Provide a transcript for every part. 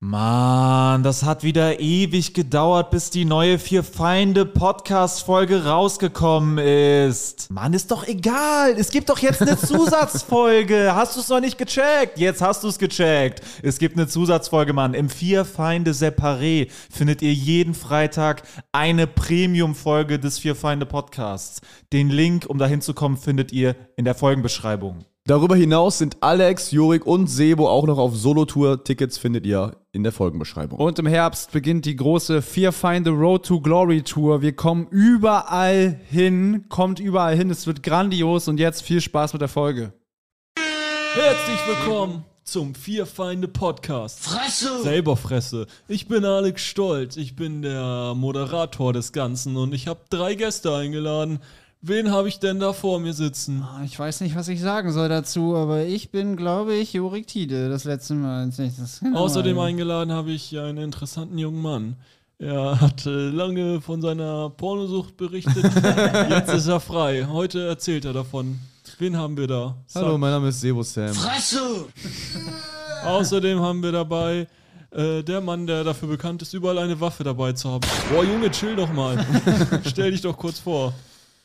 Mann, das hat wieder ewig gedauert, bis die neue Vier-Feinde-Podcast-Folge rausgekommen ist. Mann, ist doch egal. Es gibt doch jetzt eine Zusatzfolge. Hast du es noch nicht gecheckt? Jetzt hast du es gecheckt. Es gibt eine Zusatzfolge, Mann. Im Vier-Feinde-Separé findet ihr jeden Freitag eine Premium-Folge des Vier-Feinde-Podcasts. Den Link, um dahin zu kommen, findet ihr in der Folgenbeschreibung. Darüber hinaus sind Alex, Jurik und Sebo auch noch auf Solo-Tour. Tickets findet ihr in der Folgenbeschreibung. Und im Herbst beginnt die große Vier-Feinde Road to Glory Tour. Wir kommen überall hin, kommt überall hin. Es wird grandios und jetzt viel Spaß mit der Folge. Herzlich willkommen zum Vier-Feinde Podcast. Fresse! Selber Fresse. Ich bin Alex Stolz, ich bin der Moderator des Ganzen und ich habe 3 Gäste eingeladen. Wen habe ich denn da vor mir sitzen? Ich weiß nicht, was ich sagen soll dazu, aber ich bin, glaube ich, Jurik Tiede, das letzte Mal. Außerdem eingeladen habe ich einen interessanten jungen Mann. Er hat lange von seiner Pornosucht berichtet. Jetzt ist er frei. Heute erzählt er davon. Wen haben wir da? Hallo, mein Name ist Sebo Sam. Fresse! Außerdem haben wir dabei der Mann, der dafür bekannt ist, überall eine Waffe dabei zu haben. Boah, Junge, chill doch mal. Stell dich doch kurz vor.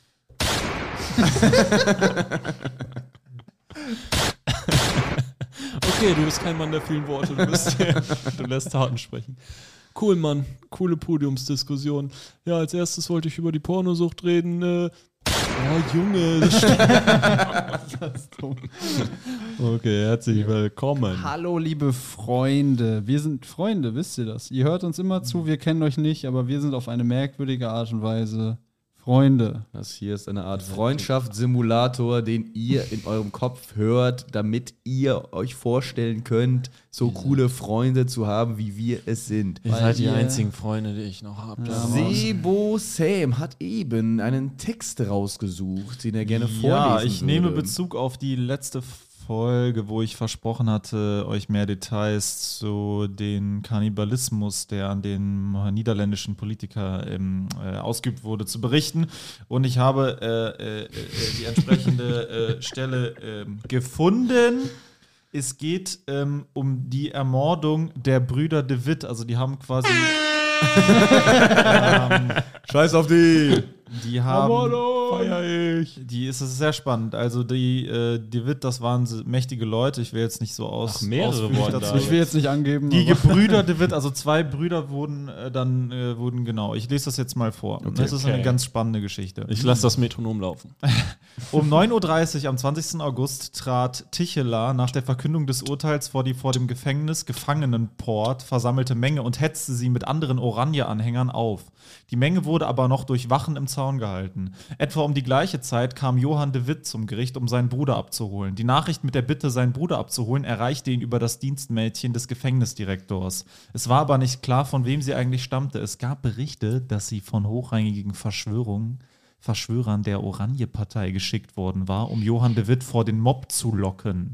Okay, du bist kein Mann der vielen Worte, du lässt Taten sprechen. Cool, Mann, coole Podiumsdiskussion. Ja, als erstes wollte ich über die Pornosucht reden. Oh, Junge, das stimmt. Das ist dumm. Okay, herzlich willkommen. Hallo, liebe Freunde. Wir sind Freunde, wisst ihr das? Ihr hört uns immer zu, wir kennen euch nicht, aber wir sind auf eine merkwürdige Art und Weise Freunde. Das hier ist eine Art Freundschaftssimulator, den ihr in eurem Kopf hört, damit ihr euch vorstellen könnt, so coole Freunde zu haben, wie wir es sind. Ihr seid die einzigen Freunde, die ich noch habe. Ja, Sebo Sam hat eben einen Text rausgesucht, den er gerne vorlesen würde. Ja, ich nehme Bezug auf die letzte Folge, wo ich versprochen hatte, euch mehr Details zu den Kannibalismus, der an den niederländischen Politiker ausgeübt wurde, zu berichten. Und ich habe die entsprechende Stelle gefunden. Es geht um die Ermordung der Brüder de Witt. Also die haben quasi Scheiß auf die! Die haben, feier ich. Es ist sehr spannend. Also die Witt, das waren mächtige Leute. Ich will jetzt nicht so mehrere Worte dazu. Ich will jetzt nicht angeben. Die Gebrüder de Witt, also 2 Brüder wurden genau. Ich lese das jetzt mal vor. Okay, das ist eine ganz spannende Geschichte. Ich lasse das Metronom laufen. Um 9:30 Uhr am 20. August trat Tichela nach der Verkündung des Urteils vor die vor dem Gefängnis Gefangenenport versammelte Menge und hetzte sie mit anderen Oranje-Anhängern auf. Die Menge wurde aber noch durch Wachen im Zaun gehalten. Etwa um die gleiche Zeit kam Johann de Witt zum Gericht, um seinen Bruder abzuholen. Die Nachricht mit der Bitte, seinen Bruder abzuholen, erreichte ihn über das Dienstmädchen des Gefängnisdirektors. Es war aber nicht klar, von wem sie eigentlich stammte. Es gab Berichte, dass sie von hochrangigen Verschwörern der Oranje-Partei geschickt worden war, um Johann de Witt vor den Mob zu locken.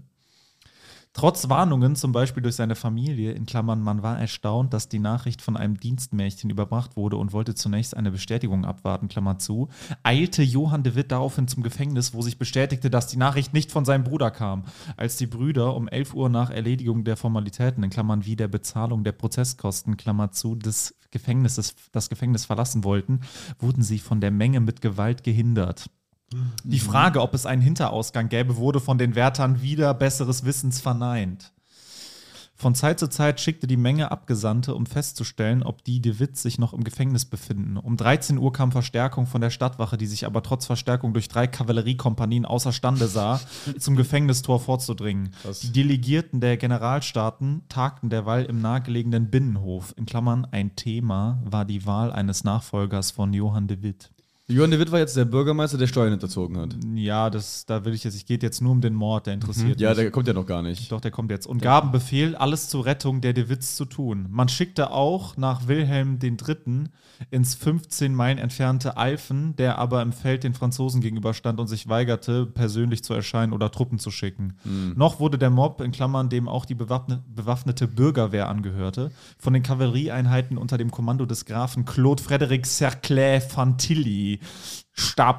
Trotz Warnungen, zum Beispiel durch seine Familie, in Klammern, man war erstaunt, dass die Nachricht von einem Dienstmädchen überbracht wurde und wollte zunächst eine Bestätigung abwarten, Klammer zu, eilte Johann de Witt daraufhin zum Gefängnis, wo sich bestätigte, dass die Nachricht nicht von seinem Bruder kam. Als die Brüder um 11 Uhr nach Erledigung der Formalitäten, in Klammern wie der Bezahlung der Prozesskosten, Klammer zu, das Gefängnis verlassen wollten, wurden sie von der Menge mit Gewalt gehindert. Die Frage, ob es einen Hinterausgang gäbe, wurde von den Wärtern wieder besseres Wissens verneint. Von Zeit zu Zeit schickte die Menge Abgesandte, um festzustellen, ob die de Witt sich noch im Gefängnis befinden. Um 13 Uhr kam Verstärkung von der Stadtwache, die sich aber trotz Verstärkung durch 3 Kavalleriekompanien außerstande sah, zum Gefängnistor vorzudringen. Die Delegierten der Generalstaaten tagten derweil im nahegelegenen Binnenhof. In Klammern, ein Thema war die Wahl eines Nachfolgers von Johann de Witt. Johann de Witt war jetzt der Bürgermeister, der Steuern hinterzogen hat. Ja, es geht jetzt nur um den Mord, der interessiert mich. Ja, der kommt ja noch gar nicht. Doch, der kommt jetzt. Und gaben Befehl, alles zur Rettung der de Witts zu tun. Man schickte auch nach Wilhelm III. Ins 15 Meilen entfernte Alphen, der aber im Feld den Franzosen gegenüberstand und sich weigerte, persönlich zu erscheinen oder Truppen zu schicken. Noch wurde der Mob, in Klammern dem auch die bewaffnete Bürgerwehr angehörte, von den Kavallerieeinheiten unter dem Kommando des Grafen Claude Frédéric Cerclay-Fantilly starb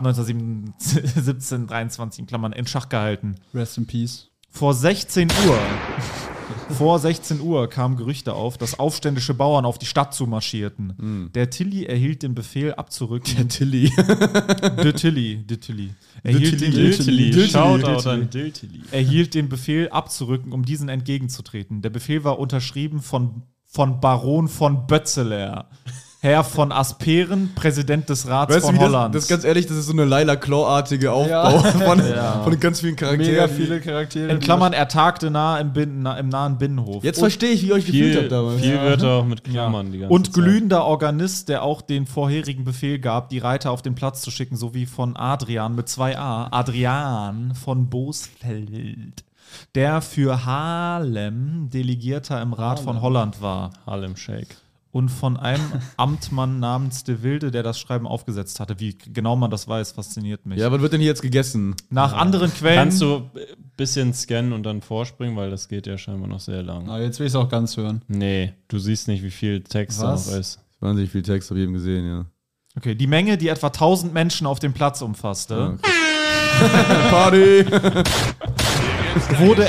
1917, 23 in Klammern in Schach gehalten. Rest in Peace. Vor 16 Uhr Vor 16 Uhr kamen Gerüchte auf, dass aufständische Bauern auf die Stadt zumarschierten. Der Tilly erhielt den Befehl abzurücken. Der Tilly. De Tilly. Shoutout an Diltily. Erhielt den Befehl abzurücken, um diesen entgegenzutreten. Der Befehl war unterschrieben von Baron von Bötzeler, Herr von Asperen, Präsident des Rats von Holland. Das ist ganz ehrlich, das ist so eine Laila Claw-artige Aufbau von den ganz vielen Charakteren. Mega viele Charaktere. In Klammern, er tagte im nahen Binnenhof. Jetzt verstehe ich, wie ihr euch gefühlt habt damals. Viel wird auch mit Klammern die ganze Und Zeit. glühender Organist, der auch den vorherigen Befehl gab, die Reiter auf den Platz zu schicken, sowie von Adrian mit 2a, Adrian von Bosfeld, der für Haarlem Delegierter im Rat von Holland war. Harlem Shake. Und von einem Amtmann namens De Wilde, der das Schreiben aufgesetzt hatte. Wie genau man das weiß, fasziniert mich. Ja, was wird denn hier jetzt gegessen? Nach anderen Quellen. Kannst du ein bisschen scannen und dann vorspringen, weil das geht ja scheinbar noch sehr lang. Ah, jetzt will ich es auch ganz hören. Nee, du siehst nicht, wie viel Text da noch ist. Wahnsinnig viel Text, habe ich eben gesehen, ja. Okay, die Menge, die etwa 1000 Menschen auf dem Platz umfasste, Party! wurde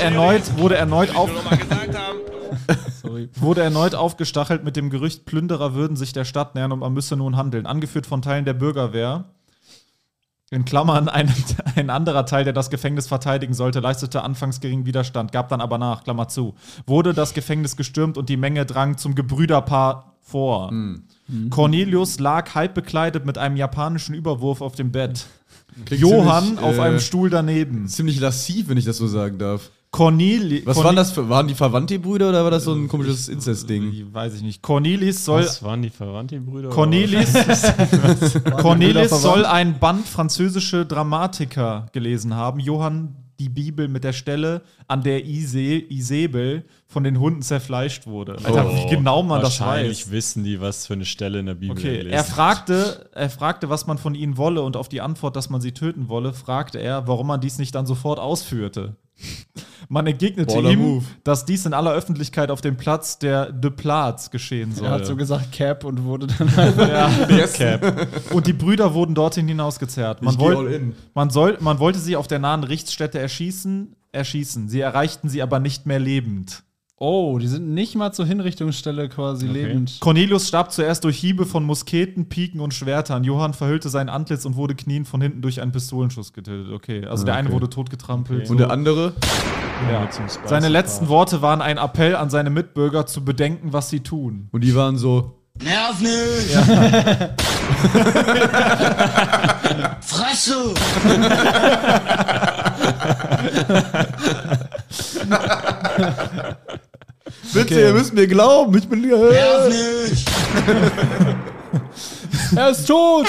erneut aufgestachelt mit dem Gerücht, Plünderer würden sich der Stadt nähern und man müsse nun handeln. Angeführt von Teilen der Bürgerwehr, in Klammern ein anderer Teil, der das Gefängnis verteidigen sollte, leistete anfangs geringen Widerstand, gab dann aber nach, Klammer zu. Wurde das Gefängnis gestürmt und die Menge drang zum Gebrüderpaar vor. Cornelius lag halb bekleidet mit einem japanischen Überwurf auf dem Bett. Klingt Johann ziemlich, auf einem Stuhl daneben. Ziemlich lassiv, wenn ich das so sagen darf. Was waren das für, waren die Verwandte-Brüder oder war das so ein komisches Inzest-Ding? Weiß ich nicht. Cornelis soll. Was waren die Verwandten-Brüder? Cornelis soll ein Band französische Dramatiker gelesen haben. Johann die Bibel mit der Stelle, an der Isabel von den Hunden zerfleischt wurde. Alter, wie genau man das wahrscheinlich weiß. wissen die, was für eine Stelle in der Bibel Okay, lesen. er fragte, was man von ihnen wolle, und auf die Antwort, dass man sie töten wolle, fragte er, warum man dies nicht dann sofort ausführte. Man entgegnete Baller ihm, Move. dass dies in aller Öffentlichkeit auf dem Platz der De Platz geschehen soll. Er hat so gesagt Cap und wurde dann einfach Cap. Und die Brüder wurden dorthin hinausgezerrt. Man wollte sie auf der nahen Richtstätte erschießen. Sie erreichten sie aber nicht mehr lebend. Oh, die sind nicht mal zur Hinrichtungsstelle quasi lebend. Cornelius starb zuerst durch Hiebe von Musketen, Piken und Schwertern. Johann verhüllte sein Antlitz und wurde kniend von hinten durch einen Pistolenschuss getötet. Okay, also der eine wurde totgetrampelt. Okay. So. Und der andere? Ja. Seine letzten Worte waren ein Appell an seine Mitbürger zu bedenken, was sie tun. Und die waren so. Nerv nicht! Fresse! Bitte, ihr müsst mir glauben, ich bin hier. Nerv nicht! Er ist tot!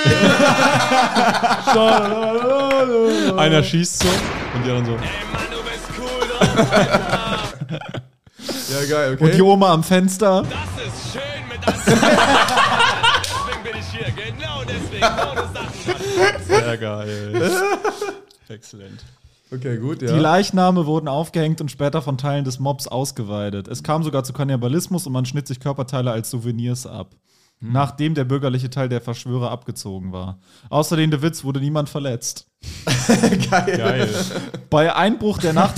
Einer schießt so und die anderen so. Ey Mann, du bist cool, doch! Ja, geil, okay. Und die Oma am Fenster. Das ist schön mit deswegen bin ich hier, genau deswegen. So Sehr geil. Exzellent. Okay, gut, ja. Die Leichname wurden aufgehängt und später von Teilen des Mobs ausgeweidet. Es kam sogar zu Kannibalismus und man schnitt sich Körperteile als Souvenirs ab. Nachdem der bürgerliche Teil der Verschwörer abgezogen war. Außerdem der Witz, wurde niemand verletzt. Geil. Bei Einbruch der Nacht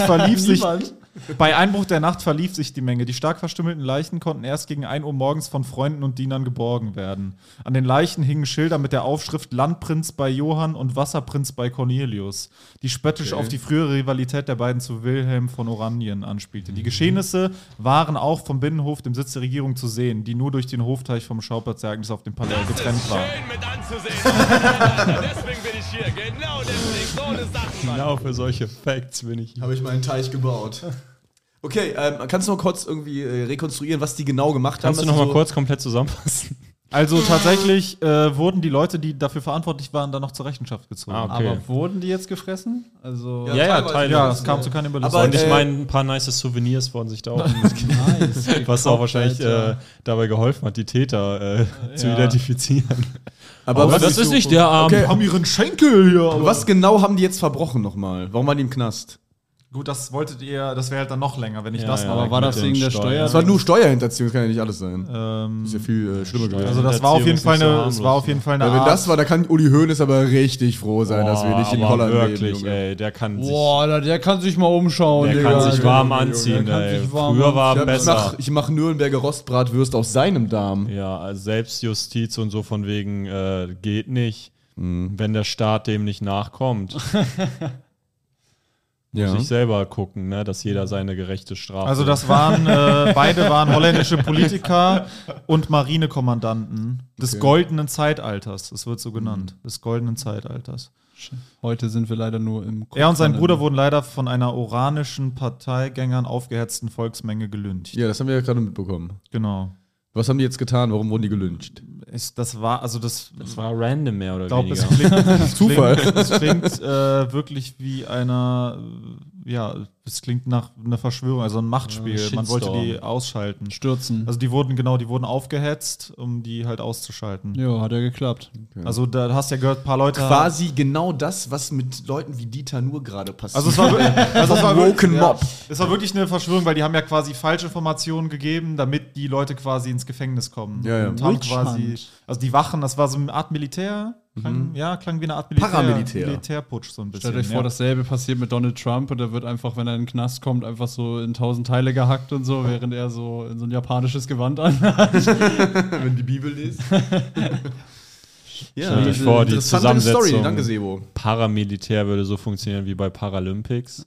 verlief sich die Menge. Die stark verstümmelten Leichen konnten erst gegen 1 Uhr morgens von Freunden und Dienern geborgen werden. An den Leichen hingen Schilder mit der Aufschrift Landprinz bei Johann und Wasserprinz bei Cornelius, die spöttisch auf die frühere Rivalität der beiden zu Wilhelm von Oranien anspielte. Die Geschehnisse waren auch vom Binnenhof, dem Sitz der Regierung, zu sehen, die nur durch den Hofteich vom Schauplatzereignis auf dem Palais getrennt war. schön mit anzusehen. Deswegen bin ich hier, genau deswegen. So eine Sache, Mann. Genau für solche Facts bin ich hier. Habe ich mal einen Teich gebaut. Okay, kannst du noch kurz irgendwie rekonstruieren, was die genau gemacht Kannst haben? du noch mal kurz komplett zusammenfassen? Also tatsächlich wurden die Leute, die dafür verantwortlich waren, dann noch zur Rechenschaft gezogen. Ah, okay. Aber wurden die jetzt gefressen? Also Ja, teilweise. Teile. Ja, es kam zu Kannibalismus. Aber Und ich meine, ein paar nice Souvenirs wurden sich da auch nice. was auch wahrscheinlich dabei geholfen hat, die Täter zu identifizieren. Aber was, das ist nicht der Arm. Okay. haben ihren Schenkel hier. was genau haben die jetzt verbrochen nochmal? Warum waren die im Knast? Gut, das wolltet ihr, das wäre halt dann noch länger, wenn ich das ja, noch. Aber war das wegen der Steuer? Das war nur Steuerhinterziehung, das kann ja nicht alles sein. Das ist ja viel schlimmer gewesen. Also das war auf jeden Fall Hinterziehung eine, ist es nicht war so auf jeden Fall eine Weil wenn Art. das war, da kann Uli Hoeneß aber richtig froh sein, dass wir nicht in aber Holland wirklich, leben. Junge. ey, der kann sich, Boah, der kann sich mal umschauen, der Digga. kann sich warm Junge, anziehen, der kann ey. sich warm Früher war anziehen. besser. Ich mach Nürnberger Rostbratwürste aus seinem Darm. Ja, also Selbstjustiz und so von wegen geht nicht, wenn der Staat dem nicht nachkommt. Ja. Sich selber gucken, ne, dass jeder seine gerechte Strafe. Also das waren, beide waren holländische Politiker und Marinekommandanten des goldenen Zeitalters. Das wird so genannt, des goldenen Zeitalters. Heute sind wir leider nur im Er und sein Bruder wurden leider von einer oranischen Parteigängern aufgehetzten Volksmenge gelyncht. Ja, das haben wir ja gerade mitbekommen. Genau. Was haben die jetzt getan? Warum wurden die gelyncht? Das war random mehr oder ich glaube, weniger. Zufall. Es klingt wirklich wie einer, es klingt nach einer Verschwörung, also ein Machtspiel. Ja, Man wollte die Shitstorm. ausschalten. Stürzen. Also die wurden aufgehetzt, um die halt auszuschalten. Jo, hat ja geklappt. Also da hast du ja gehört, ein paar Leute. Quasi genau das, was mit Leuten wie Dieter nur gerade passiert. Also es war, Woken Mob. Es war wirklich eine Verschwörung, weil die haben ja quasi Falschinformationen gegeben, damit die Leute quasi ins Gefängnis kommen. Ja, ja. Und haben Witch quasi, Hunt. also die Wachen, das war so eine Art Militär. Klang wie eine Art Paramilitär. Militärputsch so ein bisschen. Stellt euch vor, dasselbe passiert mit Donald Trump und er wird einfach, wenn er in den Knast kommt, einfach so in 1000 Teile gehackt und so, während er so in so ein japanisches Gewand anhat. Wenn die Bibel liest. Stell dir vor, die interessante Zusammensetzung. Story. Danke, Sebo. Paramilitär würde so funktionieren wie bei Paralympics.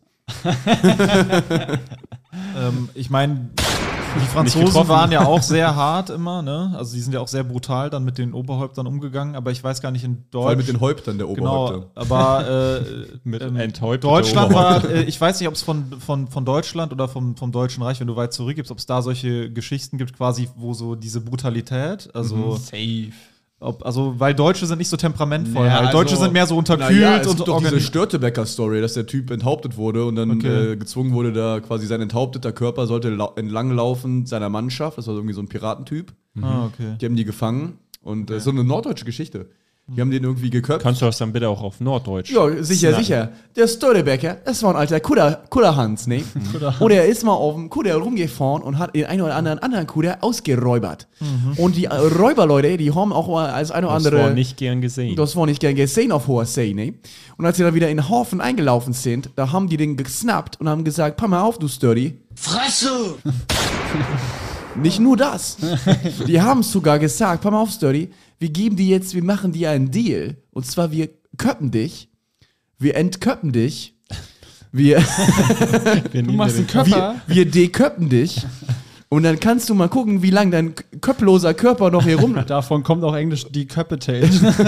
Ich meine, die Franzosen getroffen. waren ja auch sehr hart immer, ne? Also die sind ja auch sehr brutal dann mit den Oberhäuptern umgegangen, aber ich weiß gar nicht in Vor allem mit Deutschland. den Häuptern der Oberhäupter. Genau, aber Mit enthäupteter Deutschland Oberhäupter. war, ich weiß nicht, ob es von Deutschland oder vom Deutschen Reich, wenn du weit zurückgibst, ob es da solche Geschichten gibt, quasi, wo so diese Brutalität, also Safe. weil Deutsche sind nicht so temperamentvoll. Ja, halt. Deutsche also- sind mehr so unterkühlt Naja, es und gibt doch diese organisiert. Störtebecker-Story, dass der Typ enthauptet wurde und dann Okay. gezwungen wurde, da quasi sein enthaupteter Körper sollte entlanglaufen seiner Mannschaft. Das war irgendwie so ein Piratentyp. Ah, okay. Die haben die gefangen und das ist so eine norddeutsche Geschichte. Die haben den irgendwie geköpft. Kannst du das dann bitte auch auf Norddeutsch? Ja, sicher, snacken? sicher. Der Störtebecker, das war ein alter Kudderhans, ne? Und er ist mal auf dem Kudder rumgefahren und hat den einen oder anderen Kudder ausgeräubert. Und die Räuberleute, die haben auch mal als eine oder Das andere... war nicht gern gesehen. Das war nicht gern gesehen auf hoher See, ne? Und als sie dann wieder in den Hafen eingelaufen sind, da haben die den gesnappt und haben gesagt, pass mal auf, du Sturdy. Fresse! Nicht nur das. Die haben sogar gesagt, pass mal auf, Sturdy, wir machen dir einen Deal. Und zwar, wir köppen dich, wir entköppen dich, Du machst einen Körper. wir deköppen dich. Und dann kannst du mal gucken, wie lange dein köpploser Körper noch hier Davon kommt auch Englisch Decapitate.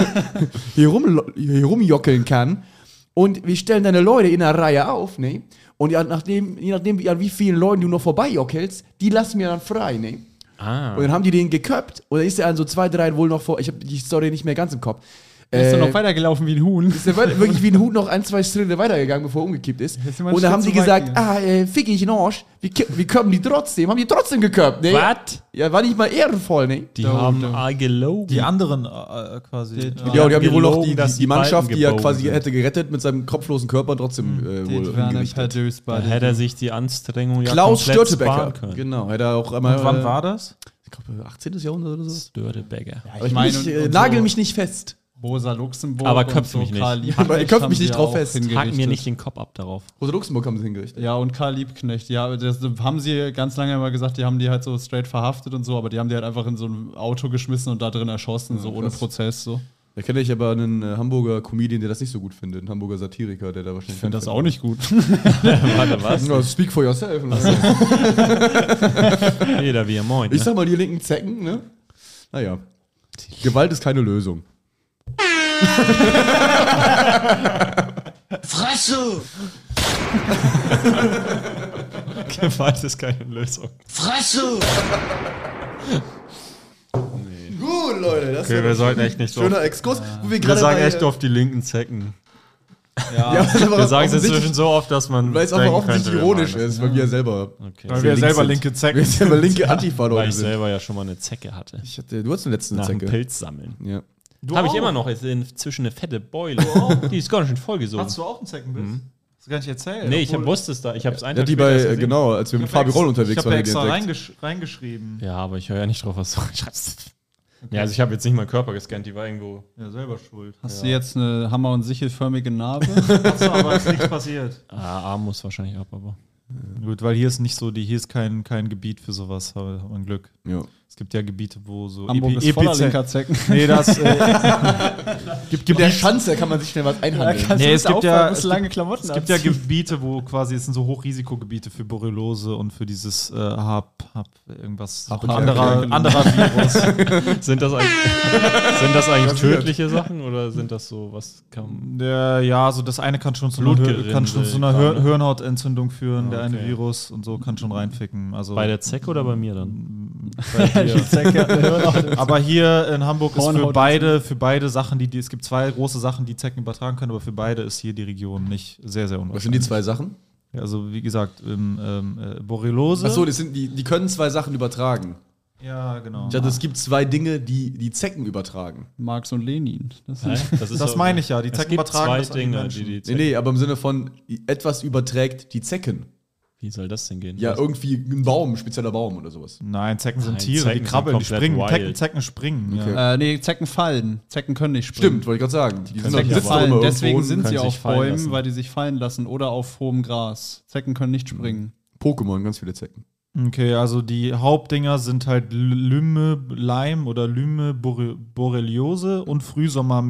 rumjockeln kann. Und wir stellen deine Leute in einer Reihe auf, ne? Und je nachdem, an wie vielen Leuten du noch vorbeijockelst, die lassen wir dann frei, ne? Ah. Und dann haben die den geköpft. Und dann ist er an so 2, 3 wohl noch vor. Ich habe die Story nicht mehr ganz im Kopf. Ist er noch weitergelaufen wie ein Huhn. Ist er wirklich wie ein Hut noch 1, 2 Schritte weitergegangen, bevor er umgekippt ist. Jetzt sind wir einen Und dann haben Schritt sie zu weit gesagt, fick ich in den Arsch. Wir köppen die trotzdem. Haben die trotzdem geköpft, ne? Was? Ja, war nicht mal ehrenvoll, ne? Die haben gelogen. Die anderen quasi. Ja, und die haben die wohl noch gelogen, dass die die Mannschaft, Balken die er gebogen quasi sind. hätte gerettet mit seinem kopflosen Körper trotzdem wohl Den werden hingerichtet. Da hätte er sich die Anstrengung ja Klaus komplett Störtebecker. sparen können. Genau, hätte er auch einmal. Und wann war das? Ich glaube, 18. Jahrhundert oder so. Störtebecker. Aber ich meine, und nagel so- mich nicht fest. Rosa Luxemburg. Aber und köpf mich nicht. Karl Liebknecht Aber ihr köpft haben mich nicht sie drauf auch fest. Hack hingerichtet. mir nicht den Kopf ab darauf. Rosa Luxemburg haben sie hingerichtet. Ja, und Karl Liebknecht, ja, das haben sie ganz lange immer gesagt, die haben die halt so straight verhaftet und so, aber die haben die halt einfach in so ein Auto geschmissen und da drin erschossen, so ohne krass. Prozess. So. Da kenne ich aber einen Hamburger Comedian, der das nicht so gut findet. Einen Hamburger Satiriker, der da wahrscheinlich. Ich finde das auch nicht gut. Warte, was? Ja, speak for yourself. Ne? Jeder wie er meint. Ich Ne? sag mal, die linken Zecken, ne? Naja. Gewalt ist keine Lösung. Fresse! Gewalt ist keine Lösung. Fresse! Gut, Leute, das Okay, wir sollten echt nicht so. schöner Exkurs. Wo wir Wir gerade sagen bei, echt oft die linken Zecken. Ja, Wir sagen es inzwischen so oft, dass man. weil es einfach denken offensichtlich könnte, wir ironisch meinen ist, weil wir selber, Okay. Weil wir links selber sind. linke wir Zecken. selber linke Weil Antifa-Leute ich sind. selber ja schon mal eine Zecke hatte. Du hast eine letzte Nach dem Zecke. Pilz sammeln. Ja. Du Habe ich auch? immer noch. Ist inzwischen eine fette Beule. Die ist ganz schön vollgesogen. Hast du auch einen Zeckenbiss? Hast du gar nicht erzählt? Nee, ich Obwohl- wusste es da. Ich habe es Ja, einfach die genau, als wir mit Fabi Roll unterwegs Ich waren, habe die extra entdeckt. reingeschrieben. Ja, aber ich höre ja nicht drauf, was du schreibst. Ja, also ich habe jetzt nicht meinen Körper gescannt, die war irgendwo. Ja, selber schuld. Hast du jetzt eine hammer- und sichelförmige Narbe? Achso, aber ist nichts passiert. Arm muss wahrscheinlich ab, aber. Gut, weil hier ist nicht so, hier ist kein Gebiet für sowas, hat man Glück. Ja. Es gibt ja Gebiete, wo so Hamburg ist voller linker Zecken. Nee, das gibt Der Schanze, da kann man sich schnell was einhandeln. Nee, es gibt ja, lange Klamotten es gibt ja Gebiete, wo quasi, es sind so Hochrisikogebiete für Borreliose und für dieses irgendwas anderer Virus. Sind das eigentlich tödliche Sachen oder sind das so, was kann. Ja, so das eine kann schon zu einer, Blutgerinnsel, Hirnhautentzündung führen, der eine Okay. Virus und so kann schon reinficken. Also Bei der Zecke oder bei mir dann? aber hier in Hamburg ist Hornhaut für beide Sachen, es gibt zwei große Sachen, die Zecken übertragen können, aber für beide ist hier die Region nicht sehr, sehr unwahrscheinlich. Was sind die zwei Sachen? Also wie gesagt, Borreliose. Achso, die können zwei Sachen übertragen. Ja, genau. Ich dachte, es gibt zwei Dinge, die Zecken übertragen. Marx und Lenin. Das Hä? ist Das meine ich ja, die Es Zecken gibt übertragen zwei das an die Dinge, Menschen. die Nee, Zecken. nee, aber im Sinne von, etwas überträgt die Zecken. Wie soll das denn gehen? Ja, irgendwie ein Baum, ein spezieller Baum oder sowas. Nein, Zecken sind Nein, Tiere, Zecken die sind krabbeln, die komplett springen. wild. Zecken springen. Okay. Ja. nee, Zecken fallen. Zecken können nicht springen. Stimmt, wollte ich gerade sagen. Die können doch- sich ja sitzen doch Fallen. immer Deswegen irgendwo sind sie können auf sich fallen Bäumen, lassen. weil die sich fallen lassen oder auf hohem Gras. Zecken können nicht springen. Pokémon, ganz viele Zecken. Okay, also die Hauptdinger sind halt Lyme oder Borreliose und Frühsommer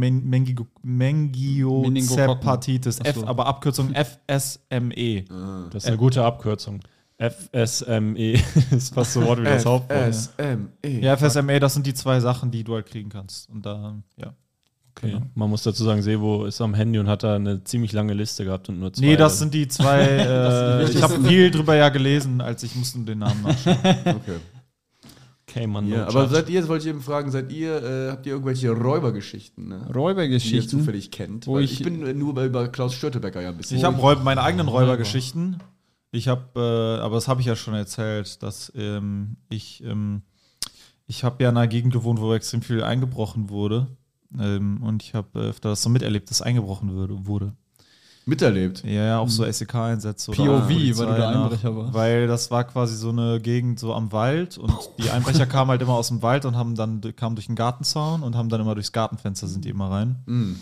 Mengiozepatitis, Ach so. aber Abkürzung FSME. Das ist eine gute Abkürzung. FSME ist fast so Wort wie das Hauptwort. FSME. Ja, FSME, das sind die zwei Sachen, die du halt kriegen kannst. Und da, ja. Okay. Man muss dazu sagen, Sebo ist am Handy und hat da eine ziemlich lange Liste gehabt und nur zwei. Nee, das sind die zwei, ich habe viel drüber ja gelesen, als ich musste den Namen nachschauen. Okay. Okay, Mann. Ja, no aber judge. seid ihr, das wollte ich eben fragen, habt ihr irgendwelche Räubergeschichten, ne? Die ihr Räubergeschichten. zufällig kennt? Wo Weil ich- ich bin nur über Klaus Störtebecker ja ein bisschen. Ich habe meine eigenen Räubergeschichten. Ich habe, aber das habe ich ja schon erzählt, dass ich habe ja in einer Gegend gewohnt, wo extrem viel eingebrochen wurde. Und ich habe öfter das so miterlebt, dass eingebrochen wurde. miterlebt. Ja, auch so SEK-Einsätze. oder POV, auch Polizei weil du der nach- Einbrecher warst. Weil das war quasi so eine Gegend so am Wald und die Einbrecher kamen halt immer aus dem Wald und kamen durch den Gartenzaun und haben dann immer durchs Gartenfenster sind die immer rein. Mhm.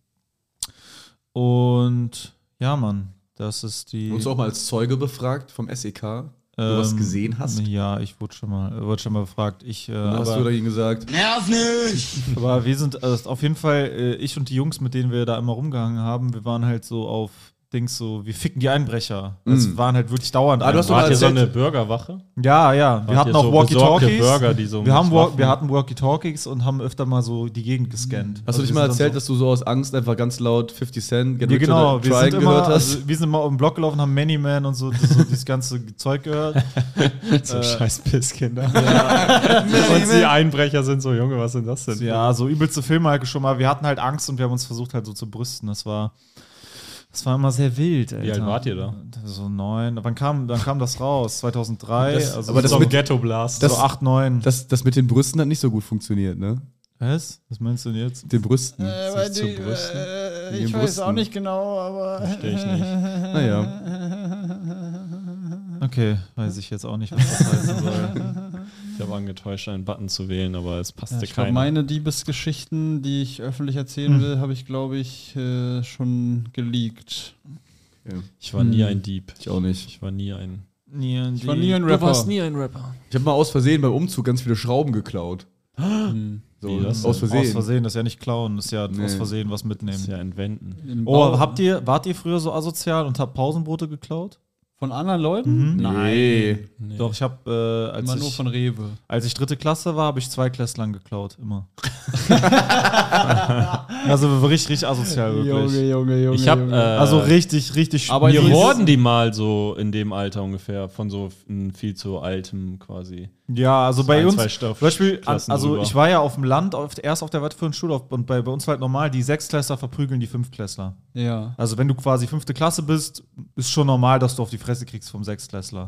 Und ja, Mann, das ist die. Wurdest du auch mal als Zeuge befragt vom SEK? Du was gesehen hast? Ja, ich wurde schon mal befragt. Dann hast du dagegen gesagt, Aber wir sind auf jeden Fall, ich und die Jungs, mit denen wir da immer rumgehangen haben, wir waren halt so auf Dings so, wir ficken die Einbrecher. Das waren halt wirklich dauernd. Ah, du hast doch Wart ihr so erzählt- eine Bürgerwache? Ja, ja. Wir Wart hatten ihr auch so besorgte Walkie-Talkies. Bürger, die so Wir mit hatten Walkie-Talkies und haben öfter mal so die Gegend gescannt. hast du dich mal erzählt, dass du so aus Angst einfach ganz laut 50 Cent Get ja, Rich or genau, Die wir Trying sind, immer, gehört hast? also, wir sind immer auf dem Block gelaufen, haben Many Man und so dieses ganze Zeug gehört. So scheiß Pisskinder. Und die Einbrecher sind so, Junge, was sind das denn? Ja, so übelste Filme halt schon mal. Wir hatten halt Angst und wir haben uns versucht halt so zu brüsten. Das war immer sehr wild, Alter. Wie alt wart ihr da? So 9. Wann kam das raus? 2003? aber das so mit- Ghetto Blast. so 8, 9. Das mit den Brüsten hat nicht so gut funktioniert, ne? Was? Was meinst du denn jetzt? Mit den Brüsten. Weil Sich zu brüsten. ich den weiß Brüsten. auch nicht genau, aber. Verstehe ich nicht. Naja. Okay, weiß ich jetzt auch nicht, was das heißen soll. Ich habe angetäuscht, einen Button zu wählen, aber es passte Ich glaube, keiner. meine Diebesgeschichten, die ich öffentlich erzählen will, habe ich, glaube ich, schon geleakt. Ich war nie ein Dieb. Ich auch nicht. Ich war nie ein. Ich war nie ein Rapper. nie ein Rapper. Ich habe mal aus Versehen beim Umzug ganz viele Schrauben geklaut. So, Wie das aus Versehen. Aus Versehen, das ist ja nicht klauen, das ist ja Nee. aus Versehen was mitnehmen. Das ist ja entwenden. Im Oh, Bau- wart ihr früher so asozial und habt Pausenbrote geklaut? Von anderen Leuten? Nee. Nee. Doch, ich habe, Immer nur von Rewe. als ich 3. Klasse war, habe ich 2 Klässlern geklaut, immer. Also richtig asozial, wirklich. Junge. Ich habe Also richtig Aber mir dieses- wurden die mal so in dem Alter ungefähr von so einem viel zu altem quasi. Ja, also bei ein, uns, zwei zum Beispiel, Klassen also drüber. ich war ja auf dem Land, erst auf der weiterführenden Schule und bei uns war halt normal, die 6-Klässler verprügeln die 5-Klässler. Ja. Also wenn du quasi 5. Klasse bist, ist schon normal, dass du auf die Fresse kriegst vom 6-Klässler.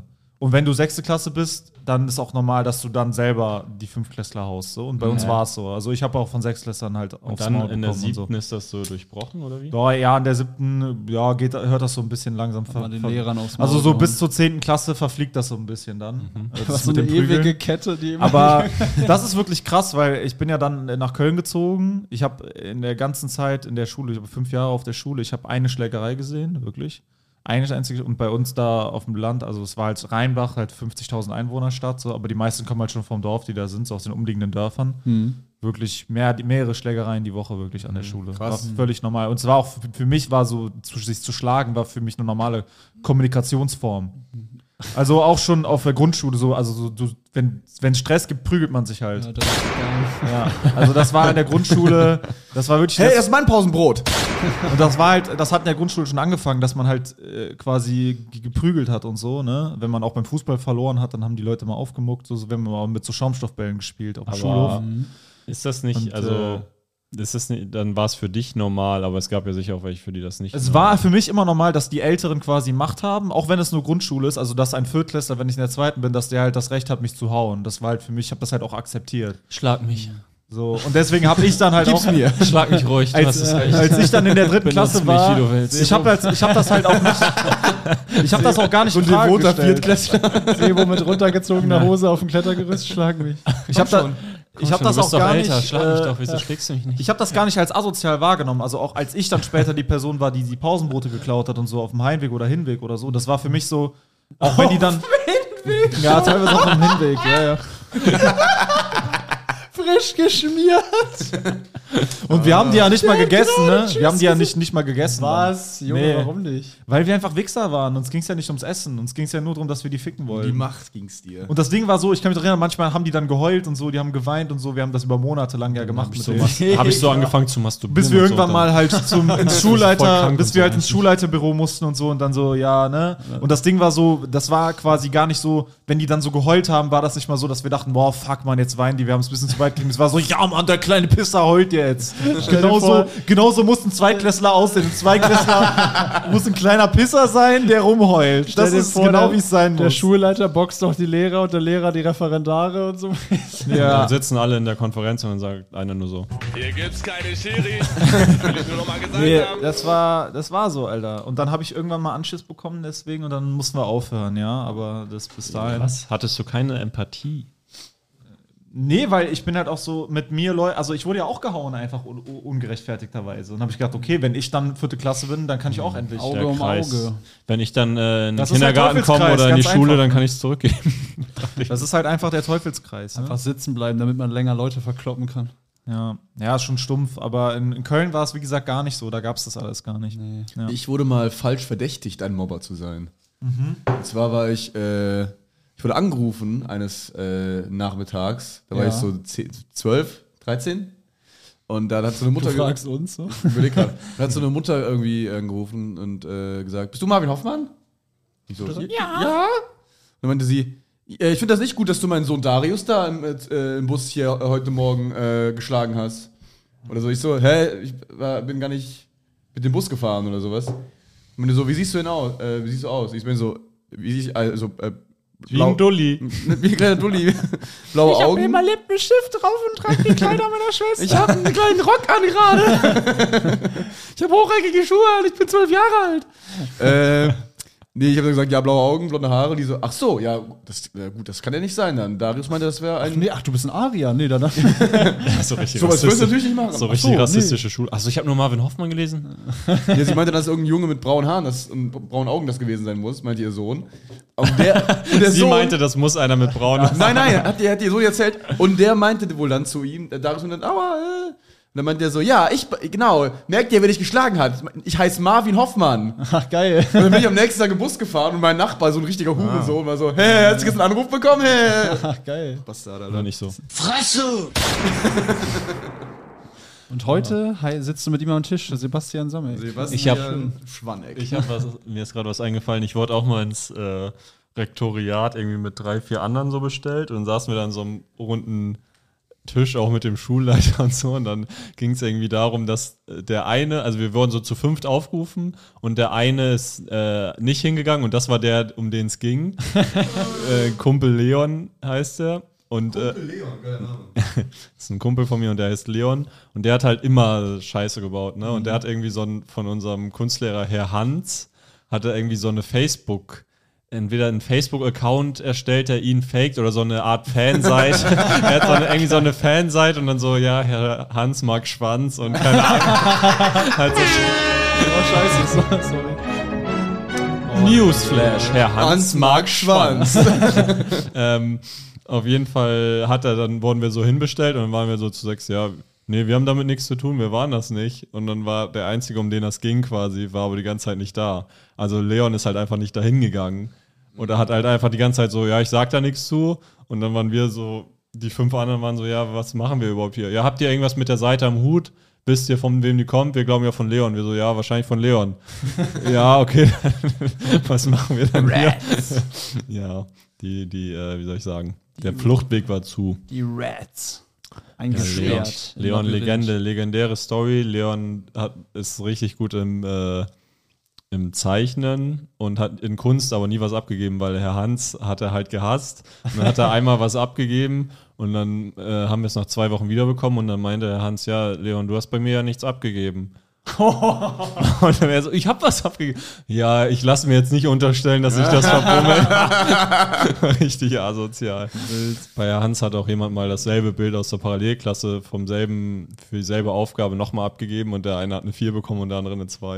Und wenn du 6. Klasse bist, dann ist auch normal, dass du dann selber die 5-Klässler haust. So. Und bei uns war es so. Also ich habe auch von 6-Klässlern halt Und aufs dann Maul in der bekommen und 7. ist das so durchbrochen, oder wie? Ja, ja, in der 7. Ja, hört das so ein bisschen langsam. man den Lehrern aufs Maul Also so gehauen. bis zur 10. Klasse verfliegt das so ein bisschen dann. Das Was ist so mit eine dem Prügeln. ewige Kette, die immer. Aber das ist wirklich krass, weil ich bin ja dann nach Köln gezogen. Ich habe in der ganzen Zeit in der Schule, ich habe 5 Jahre auf der Schule, ich habe eine Schlägerei gesehen, wirklich. Eine einzige. Und bei uns da auf dem Land, also es war halt Rheinbach, halt 50.000 Einwohnerstadt, so, aber die meisten kommen halt schon vom Dorf, die da sind, so aus den umliegenden Dörfern. Wirklich mehrere Schlägereien die Woche wirklich an der Schule. krass. War völlig normal. Und es war auch für mich war so, sich zu schlagen, war für mich eine normale Kommunikationsform. Also auch schon auf der Grundschule so, also so, wenn es Stress gibt, prügelt man sich halt. Ja, das ist geil. Ja, also das war in der Grundschule, das war wirklich. Hey, das ist mein Pausenbrot. Und das war halt, das hat in der Grundschule schon angefangen, dass man halt quasi geprügelt hat und so, ne? Wenn man auch beim Fußball verloren hat, dann haben die Leute mal aufgemuckt, so wenn man mal mit so Schaumstoffbällen gespielt auf dem Schulhof. Aber ist das nicht, Und, ist das nicht, dann war es für dich normal, aber es gab ja sicher auch welche, für die das nicht Es war für mich immer normal, dass die Älteren quasi Macht haben, auch wenn es nur Grundschule ist, also dass ein Viertklässler, wenn ich in der 2. bin, dass der halt das Recht hat, mich zu hauen. Das war halt für mich, ich habe das halt auch akzeptiert. Schlag mich. So, und deswegen habe ich dann halt auch mir. Schlag mich ruhig, du hast es recht. als ich dann in der 3. Klasse mich, war, wie du willst. ich habe das halt auch nicht, ich habe das auch gar nicht in Frage gestellt. Sebo mit runtergezogener Hose auf dem Klettergerüst, schlag mich. Ich habe das auch gar nicht. Schlag mich doch, wieso schlägst du mich nicht? Ich habe das gar nicht als asozial wahrgenommen. Also auch als ich dann später die Person war, die Pausenbrote geklaut hat und so auf dem Heimweg oder Hinweg oder so, das war für mich so, auch wenn die dann. Hinweg? Ja, teilweise auch am Hinweg, ja. Frisch geschmiert. Und wir haben die ja nicht mal gegessen, ne? Wir haben die ja nicht mal gegessen. Was? Junge, Nee. warum nicht? Weil wir einfach Wichser waren. Uns ging es ja nicht ums Essen. Uns ging es ja nur darum, dass wir die ficken Die wollen. Macht ging's dir. Und das Ding war so, ich kann mich erinnern, manchmal haben die dann geheult und so, die haben geweint und so. Wir haben das über Monate lang ja gemacht. Mit denen. Habe ich so angefangen zu masturbieren. Bis wir und irgendwann so, mal halt ins voll Schulleiter, krank bis und wir so halt ins eigentlich. Schulleiterbüro mussten und so und dann so, ja, ne? Und das Ding war so, das war quasi gar nicht so, wenn die dann so geheult haben, war das nicht mal so, dass wir dachten, boah, fuck, man, jetzt weinen die, wir haben es ein bisschen zu weit gegeben. Es war so, ja, Mann, der kleine Pisser heult jetzt. genauso mussten Zweiklässler aussehen. Ein Zweiklässler muss ein kleiner Pisser sein, der rumheult. Stell Das dir ist vor, genau, wie es sein Der muss. Schulleiter boxt doch die Lehrer und der Lehrer die Referendare und so. Ja. Dann sitzen alle in der Konferenz und dann sagt einer nur so. Hier gibt's keine Schiris. Will ich nur noch mal gesagt Nee, haben. das war so, Alter. Und dann habe ich irgendwann mal Anschiss bekommen deswegen und dann mussten wir aufhören, ja. Aber das bis dahin. Was? Hattest du keine Empathie? Nee, weil ich bin halt auch so mit mir, Leute, also ich wurde ja auch gehauen einfach ungerechtfertigterweise. Und habe ich gedacht, okay, wenn ich dann 4. Klasse bin, dann kann ich auch endlich. Auge Der um Kreis. Auge. Wenn ich dann in den Das ist der Kindergarten komme Teufelskreis, oder in die ganz Schule, einfach, dann ne? kann ich es zurückgeben. Das ist halt einfach der Teufelskreis. Ne? Einfach sitzen bleiben, damit man länger Leute verkloppen kann. Ja, ist schon stumpf. Aber in Köln war es, wie gesagt, gar nicht so. Da gab es das alles gar nicht. Nee. Ja. Ich wurde mal falsch verdächtigt, ein Mobber zu sein. Und zwar war ich wurde angerufen eines Nachmittags, da war Ja. ich so 12, 13. Und dann hat so eine Mutter Du fragst uns so. überleg grad. Dann hat so eine Mutter irgendwie angerufen und gesagt, bist du Marvin Hoffmann? Ich so, ja. Und dann meinte sie, ich finde das nicht gut, dass du meinen Sohn Darius da im Bus hier heute Morgen geschlagen hast. Oder so. Ich so, bin gar nicht mit dem Bus gefahren oder sowas. Und meinte so, wie siehst du denn aus? Wie siehst du aus? Ich bin so, Wie ein Dulli. wie ein kleiner Dulli. Blaue Augen. Lippenstift drauf und trage die Kleider meiner Schwester. Ich habe einen kleinen Rock an gerade. Ich habe hochreckige Schuhe und ich bin 12 Jahre alt. Nee, ich habe gesagt, ja, blaue Augen, blonde Haare. Die so, ach so, ja, gut, das kann ja nicht sein dann. Darius meinte, das wäre ein... Nee, ach, du bist ein Arier. Nee, dann. So richtig So was wirst du natürlich nicht machen. So Ach richtig so, rassistische Schule. Achso, ich habe nur Marvin Hoffmann gelesen. Ja, sie meinte, dass irgendein Junge mit braunen Haaren und braunen Augen das gewesen sein muss, meinte ihr Sohn. Und der Sie Sohn, meinte, das muss einer mit braunen. Nein, hat ihr Sohn erzählt. Und der meinte wohl dann zu ihm, Darius und dann, aua, Und dann meinte er so, ja, genau, merkt ihr, wer dich geschlagen hat? Ich heiße Marvin Hoffmann. Ach, geil. Und dann bin ich am nächsten Tag im Bus gefahren und mein Nachbar, so ein richtiger Hurensohn, war so, hey, hast du jetzt einen Anruf bekommen? Hey. Ach, geil. Bastard, Oder Alter. nicht so. Und heute sitzt du mit ihm am Tisch, Sebastian Sommer. Ich hab- Schwanneck. Mir ist gerade was eingefallen. Ich wurde auch mal ins Rektoriat irgendwie mit 3, 4 anderen so bestellt und saßen wir dann in so einem runden Tisch auch mit dem Schulleiter und so. Und dann ging es irgendwie darum, dass der eine, also wir wurden so zu 5 aufgerufen und der eine ist nicht hingegangen und das war der, um den es ging. Kumpel Leon heißt er. Und, Leon, geiler Name. Das ist ein Kumpel von mir und der heißt Leon. Und der hat halt immer Scheiße gebaut. Ne? Und der hat irgendwie von unserem Kunstlehrer Herr Hans, hat er irgendwie so eine entweder einen Facebook-Account erstellt, der ihn faked oder so eine Art Fanseite. Er hat irgendwie so eine Fanseite und dann so, ja, Herr Hans mag Schwanz und keine Ahnung. Halt so scheiße, sorry. Newsflash, Herr Hans mag Schwanz. Auf jeden Fall wurden wir so hinbestellt und dann waren wir so zu 6, ja, nee, wir haben damit nichts zu tun, wir waren das nicht. Und dann war der Einzige, um den das ging quasi, war aber die ganze Zeit nicht da. Also Leon ist halt einfach nicht dahin gegangen. Und er hat halt einfach die ganze Zeit so, ja, ich sag da nichts zu. Und dann waren wir so, die 5 anderen waren so, ja, was machen wir überhaupt hier? Ja, habt ihr irgendwas mit der Seite am Hut? Wisst ihr, von wem die kommt? Wir glauben ja von Leon. Wir so, ja, wahrscheinlich von Leon. Ja, okay. Was machen wir dann hier? Ja, wie soll ich sagen? Der Fluchtweg war zu. Die Rats. Eingesperrt. Leon legendäre Story. Leon ist richtig gut im Zeichnen und hat in Kunst aber nie was abgegeben, weil Herr Hans hat er halt gehasst. Und dann hat er einmal was abgegeben und dann haben wir es nach 2 Wochen wiederbekommen und dann meinte Herr Hans, ja, Leon, du hast bei mir ja nichts abgegeben. Und dann wäre so, ich habe was abgegeben. Ja, ich lasse mir jetzt nicht unterstellen, dass ich das verbummel. Richtig asozial. Bei Herr Hans hat auch jemand mal dasselbe Bild aus der Parallelklasse für dieselbe Aufgabe nochmal abgegeben und der eine hat eine 4 bekommen und der andere eine 2.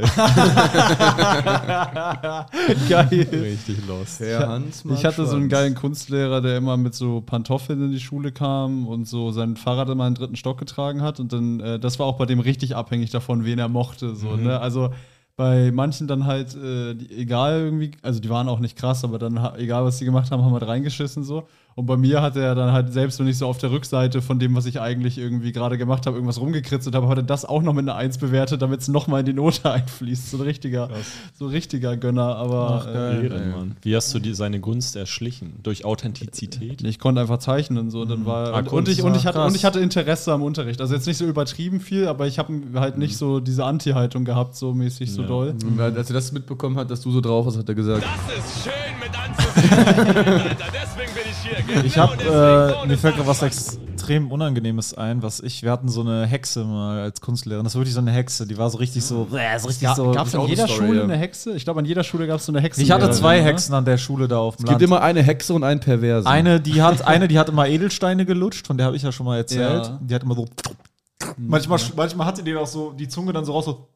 Geil. Richtig los. Herr Hans mag Ich hatte so einen Schwanz. geilen Kunstlehrer, der immer mit so Pantoffeln in die Schule kam und so sein Fahrrad immer in den 3. Stock getragen hat. Und dann, das war auch bei dem richtig abhängig davon, wen er mochte. So, ne? Also bei manchen dann halt, egal irgendwie, also die waren auch nicht krass, aber dann, egal was die gemacht haben, haben wir reingeschissen so. Und bei mir hat er dann halt, selbst wenn ich so auf der Rückseite von dem, was ich eigentlich irgendwie gerade gemacht habe, irgendwas rumgekritzelt habe, hat er das auch noch mit einer 1 bewertet, damit es nochmal in die Note einfließt. So ein richtiger Gönner, aber Ehrenmann. Wie hast du seine Gunst erschlichen? Durch Authentizität? ich konnte einfach zeichnen und so. Und dann war, Kunst ich hatte Interesse am Unterricht. Also jetzt nicht so übertrieben viel, aber ich habe halt nicht so diese Anti-Haltung gehabt, so mäßig, so doll. Und als er das mitbekommen hat, dass du so drauf warst, hat er gesagt, Das ist schön mit anzusehen, Alter. Deswegen bin ich hier. Genau Ich habe, deswegen mir fällt gerade was Bonus. extrem Unangenehmes ein, wir hatten so eine Hexe mal als Kunstlehrerin, das war wirklich so eine Hexe, die war so richtig so, Gab es an auch jeder eine Story, Schule ja. eine Hexe? Ich glaube, an jeder Schule gab es so eine Hexe. Ich hatte 2 Hexen an der Schule da auf dem es gibt Land. immer eine Hexe und einen Perversen. Eine, die hat immer Edelsteine gelutscht, von der habe ich ja schon mal erzählt. Ja. Die hat immer so. Manchmal hatte die auch so die Zunge dann so raus, so.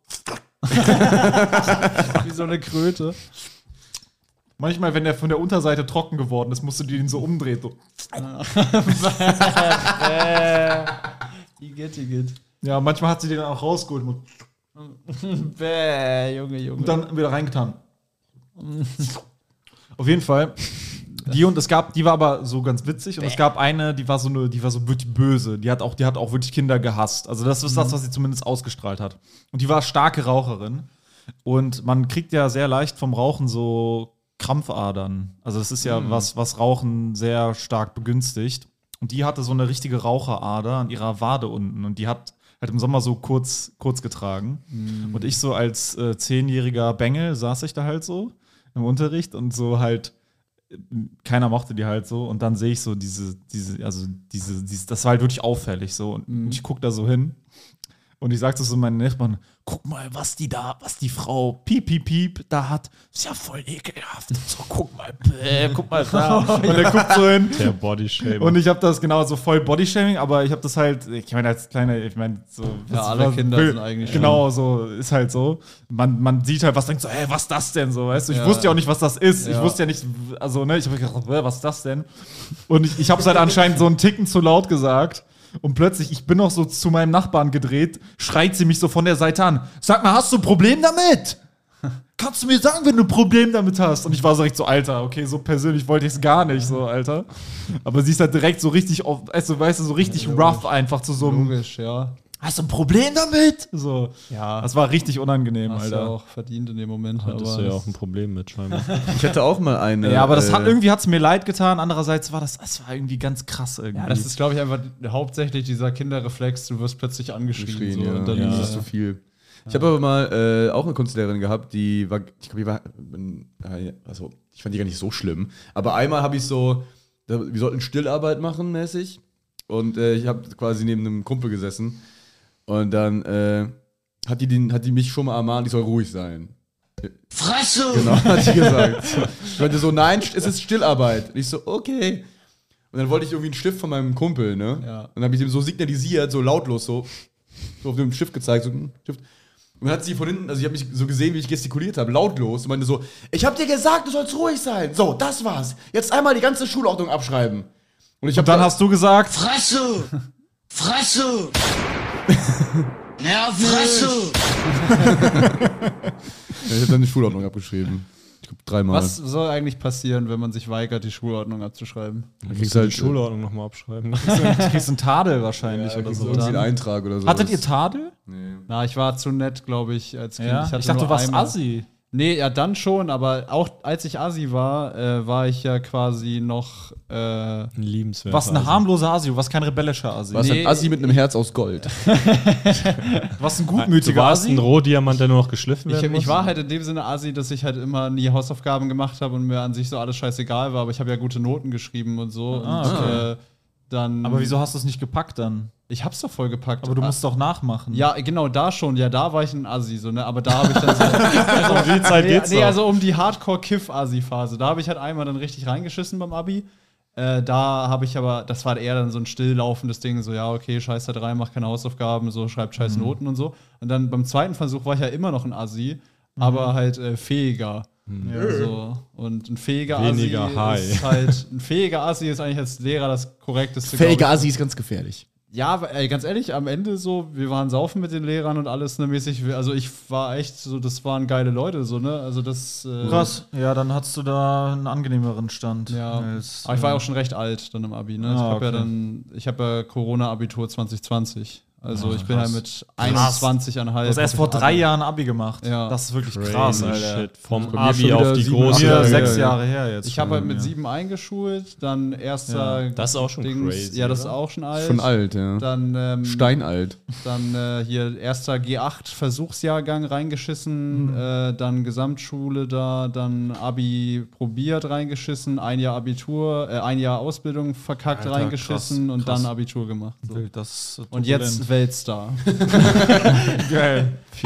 Wie so eine Kröte. Manchmal, wenn der von der Unterseite trocken geworden ist, musst du den so umdrehen. So. Igitt. Ja, manchmal hat sie den dann auch rausgeholt Junge. und dann wieder reingetan. Auf jeden Fall. Die war aber so ganz witzig und es gab eine, die war so wirklich böse. Die hat auch wirklich Kinder gehasst. Also das ist das, was sie zumindest ausgestrahlt hat. Und die war starke Raucherin. Und man kriegt ja sehr leicht vom Rauchen so Krampfadern. Also das ist ja was Rauchen sehr stark begünstigt. Und die hatte so eine richtige Raucherader an ihrer Wade unten. Und die hat halt im Sommer so kurz getragen. Und ich so als 10-jähriger Bengel saß ich da halt so im Unterricht und so halt keiner mochte die halt so. Und dann sehe ich so das war halt wirklich auffällig so. Und ich gucke da so hin. Und ich sagte so meinen Nachbarn, guck mal, was die Frau Piep da hat. Ist ja voll ekelhaft. So, guck mal da. Und er guckt so hin. Der Bodyshaming. Und ich habe das genau so voll Bodyshaming, aber ich habe das halt, ich meine, als kleiner, so. Ja, alle Kinder sind eigentlich genau, so, ist halt so. Man sieht halt was, denkt so, was ist das denn so, weißt du? Ich wusste ja auch nicht, was das ist. Ich wusste ja nicht, also, ne, ich habe gedacht, was ist das denn? Und ich habe es halt anscheinend so einen Ticken zu laut gesagt. Und plötzlich, ich bin noch so zu meinem Nachbarn gedreht, schreit sie mich so von der Seite an. Sag mal, hast du ein Problem damit? Kannst du mir sagen, wenn du ein Problem damit hast? Und ich war so recht so, Alter, okay, so persönlich wollte ich es gar nicht, so, Alter. Aber sie ist halt direkt so richtig, so richtig rough einfach zu so einem. Logisch, ja. hast du ein Problem damit? So. Ja, Das war richtig unangenehm, hast du Alter. auch verdient in dem Moment. Hattest du ja auch ein Problem mit, scheinbar. Ich hatte auch mal eine. Ja, aber das irgendwie hat's mir leid getan. Andererseits war das war irgendwie ganz krass irgendwie. Ja, das ist, glaube ich, einfach hauptsächlich dieser Kinderreflex. Du wirst plötzlich angeschrien. So, ja. und dann, Das ist zu viel. Ich habe aber mal auch eine Kunstlehrerin gehabt, die war, ich glaube, die war, also ich fand die gar nicht so schlimm. Aber einmal habe ich so, wir sollten Stillarbeit machen mäßig. Und ich habe quasi neben einem Kumpel gesessen. Und dann hat die mich schon mal ermahnt, ich soll ruhig sein. Fresse! Genau, hat sie gesagt. Ich meinte so, nein, es ist Stillarbeit. Und ich so, okay. Und dann wollte ich irgendwie einen Stift von meinem Kumpel, ne? Ja. Und dann habe ich ihm so signalisiert, so lautlos, so auf dem Stift gezeigt, so, Stift. Und dann hat sie von hinten, also ich habe mich so gesehen, wie ich gestikuliert habe, lautlos, und meinte so, ich habe dir gesagt, du sollst ruhig sein. So, das war's. Jetzt einmal die ganze Schulordnung abschreiben. Und dann hast du gesagt, Fresse! Fresse! Nerv Fresse! ich habe dann die Schulordnung abgeschrieben. Ich glaube 3-mal. was soll eigentlich passieren, wenn man sich weigert, die Schulordnung abzuschreiben? Dann Kriegst du die Schulordnung nochmal abschreiben. du kriegst einen Tadel wahrscheinlich oder oder so. so. Irgendwie einen Eintrag oder so. Hattet ihr Tadel? Nee. Na, ich war zu nett, glaube ich, als Kind. Ja? hatte Ich dachte, nur du warst einmal- Assi. Nee, ja, dann schon, aber auch als ich Assi war, war ich ja quasi noch. Ein liebenswerter. Was ein harmloser Assi, was kein rebellischer Assi. Was Nee. ein Assi mit einem Herz aus Gold. Was ein Du gutmütiger warst ein Assi. Rohdiamant, der nur noch geschliffen werden Ich war halt in dem Sinne Assi, dass ich halt immer nie Hausaufgaben gemacht habe und mir an sich so alles scheißegal war, aber ich habe ja gute Noten geschrieben und so. Ah, und okay. dann. Aber wieso hast du es nicht gepackt dann? Ich hab's doch voll gepackt. Aber du musst doch nachmachen. Ja, genau, da schon. Ja, da war ich ein Assi, so, ne? Aber da habe ich dann so. Also, Um die Zeit geht's doch. also um die Hardcore-Kiff-Assi-Phase. Da habe ich halt einmal dann richtig reingeschissen beim Abi. Da habe ich aber, das war eher dann so ein stilllaufendes Ding, so, ja, okay, scheiß da rein, mach keine Hausaufgaben, so, schreibt scheiß Noten und so. Und dann beim zweiten Versuch war ich ja immer noch ein Assi, aber halt fähiger. So. Und ein fähiger Weniger Assi high. ist halt, ein fähiger Assi ist eigentlich als Lehrer das korrekteste. Fähiger glaub ich. Assi ist ganz gefährlich. Ja, aber, ey, ganz ehrlich, am Ende so, wir waren saufen mit den Lehrern und alles, ne, mäßig. Also ich war echt so, das waren geile Leute, so, ne? Also das. Krass. Ja, dann hattest du da einen angenehmeren Stand. Ja. Als, Aber ich war ja auch schon recht alt dann im Abi, ne? Ah, Ich habe ja Corona-Abitur 2020. Also ich bin krass. halt mit 21,5. Du hast erst vor 3 Jahren Abi gemacht. Ja. Das ist wirklich Crazy krass, Alter. Shit. Vom Bei mir Abi schon auf wieder die 7 große. Mir Ja, 6 ja. Jahre her jetzt. Ich habe halt mit ja. 7 eingeschult, dann erster. Ja. Das ist auch schon crazy, Ja, das ist oder? auch schon alt. Schon alt, ja. Dann Steinalt. Dann hier erster G8-Versuchsjahrgang reingeschissen, dann Gesamtschule da, dann Abi probiert reingeschissen, ein Jahr Abitur, ein Jahr Ausbildung verkackt Alter, reingeschissen krass, und krass. dann Abitur gemacht. So. Wild, das ist Und jetzt Weltstar. geil.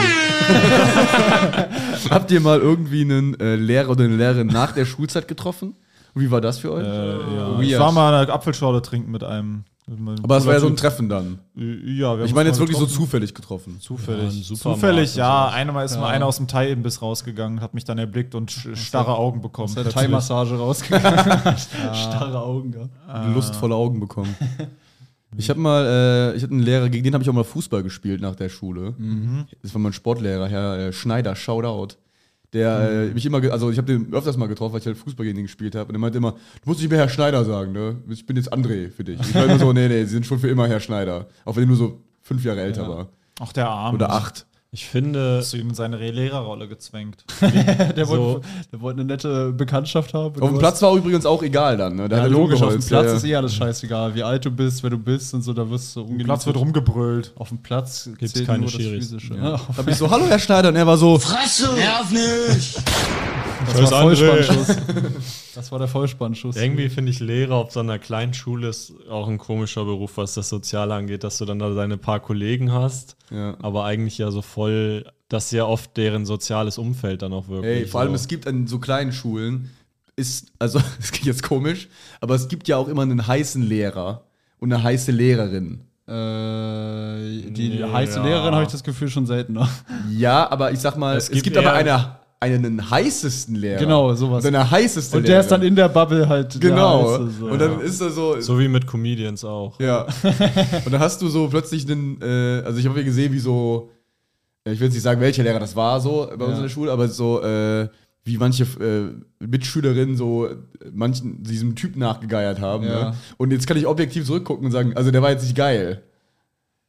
Habt ihr mal irgendwie einen Lehrer oder eine Lehrerin nach der Schulzeit getroffen? Und wie war das für euch? Ja. Ich Weird. war mal eine Apfelschorle trinken mit einem. Aber es war ja so ein Treffen dann. Ja, wir Ich haben meine uns jetzt mal wirklich so getroffen. zufällig getroffen. Zufällig. Ja, ein Supermarkt Zufällig, und ja. sowas. Einmal ist mal einer aus dem Thai-Imbiss rausgegangen, hat mich dann erblickt und starre Augen bekommen. Aus der plötzlich. Thai-Massage rausgegangen. Starre Augen gehabt. Lustvolle Augen bekommen. Ich habe mal, ich hatte einen Lehrer, gegen den habe ich auch mal Fußball gespielt nach der Schule. Das war mein Sportlehrer, Herr Schneider, Shoutout. Der mich immer, also ich habe den öfters mal getroffen, weil ich halt Fußball gegen ihn gespielt habe. Und er meinte immer, du musst nicht mehr Herr Schneider sagen, ne? Ich bin jetzt André für dich. Ich war immer so, nee, Sie sind schon für immer Herr Schneider. Auch wenn er nur so 5 Jahre älter war. Ach, der Arm. Oder 8. Ich finde, Hast du ihm in seine Lehrerrolle gezwängt. Der So. wollte eine nette Bekanntschaft haben. Auf dem Platz war übrigens auch egal dann, ne? Da Ja, hat er logisch, auf dem rumgeholzt, Platz ja. ist eh alles scheißegal. Wie alt du bist, wer du bist und so, da wirst du umgenietet. Platz wird rumgebrüllt. Auf dem Platz Gibt's zählt keine nur das Schiris. Physische. Da hab ich so, hallo Herr Schneider, und er war so, Fresse! Nerv nicht! Das war Vollspannschuss. Das war der Vollspannschuss. irgendwie finde ich Lehrer auf so einer kleinen Schule ist auch ein komischer Beruf, was das Soziale angeht, dass du dann da deine paar Kollegen hast, ja. aber eigentlich ja so voll, das ist ja oft deren soziales Umfeld dann auch wirklich. Ey, vor allem so. es gibt an so kleinen Schulen, also, das klingt jetzt komisch, aber es gibt ja auch immer einen heißen Lehrer und eine heiße Lehrerin. Die Ja. heiße Lehrerin habe ich das Gefühl schon seltener. Ja, aber ich sag mal, Es es gibt gibt aber eher- einen heißesten Lehrer. Genau, sowas. Und eine heißeste Und der ist dann Lehrerin. in der Bubble halt. Genau. Der heiße, so. Und dann ist er so. So wie mit Comedians auch. Ja. Und dann hast du so plötzlich einen, also ich habe ja gesehen, wie so, ich will jetzt nicht sagen, welcher Lehrer das war, so bei uns in der Schule, aber so, wie manche Mitschülerinnen so manchen diesem Typ nachgegeiert haben. Ja. Ne? Und jetzt kann ich objektiv zurückgucken und sagen, also der war jetzt nicht geil.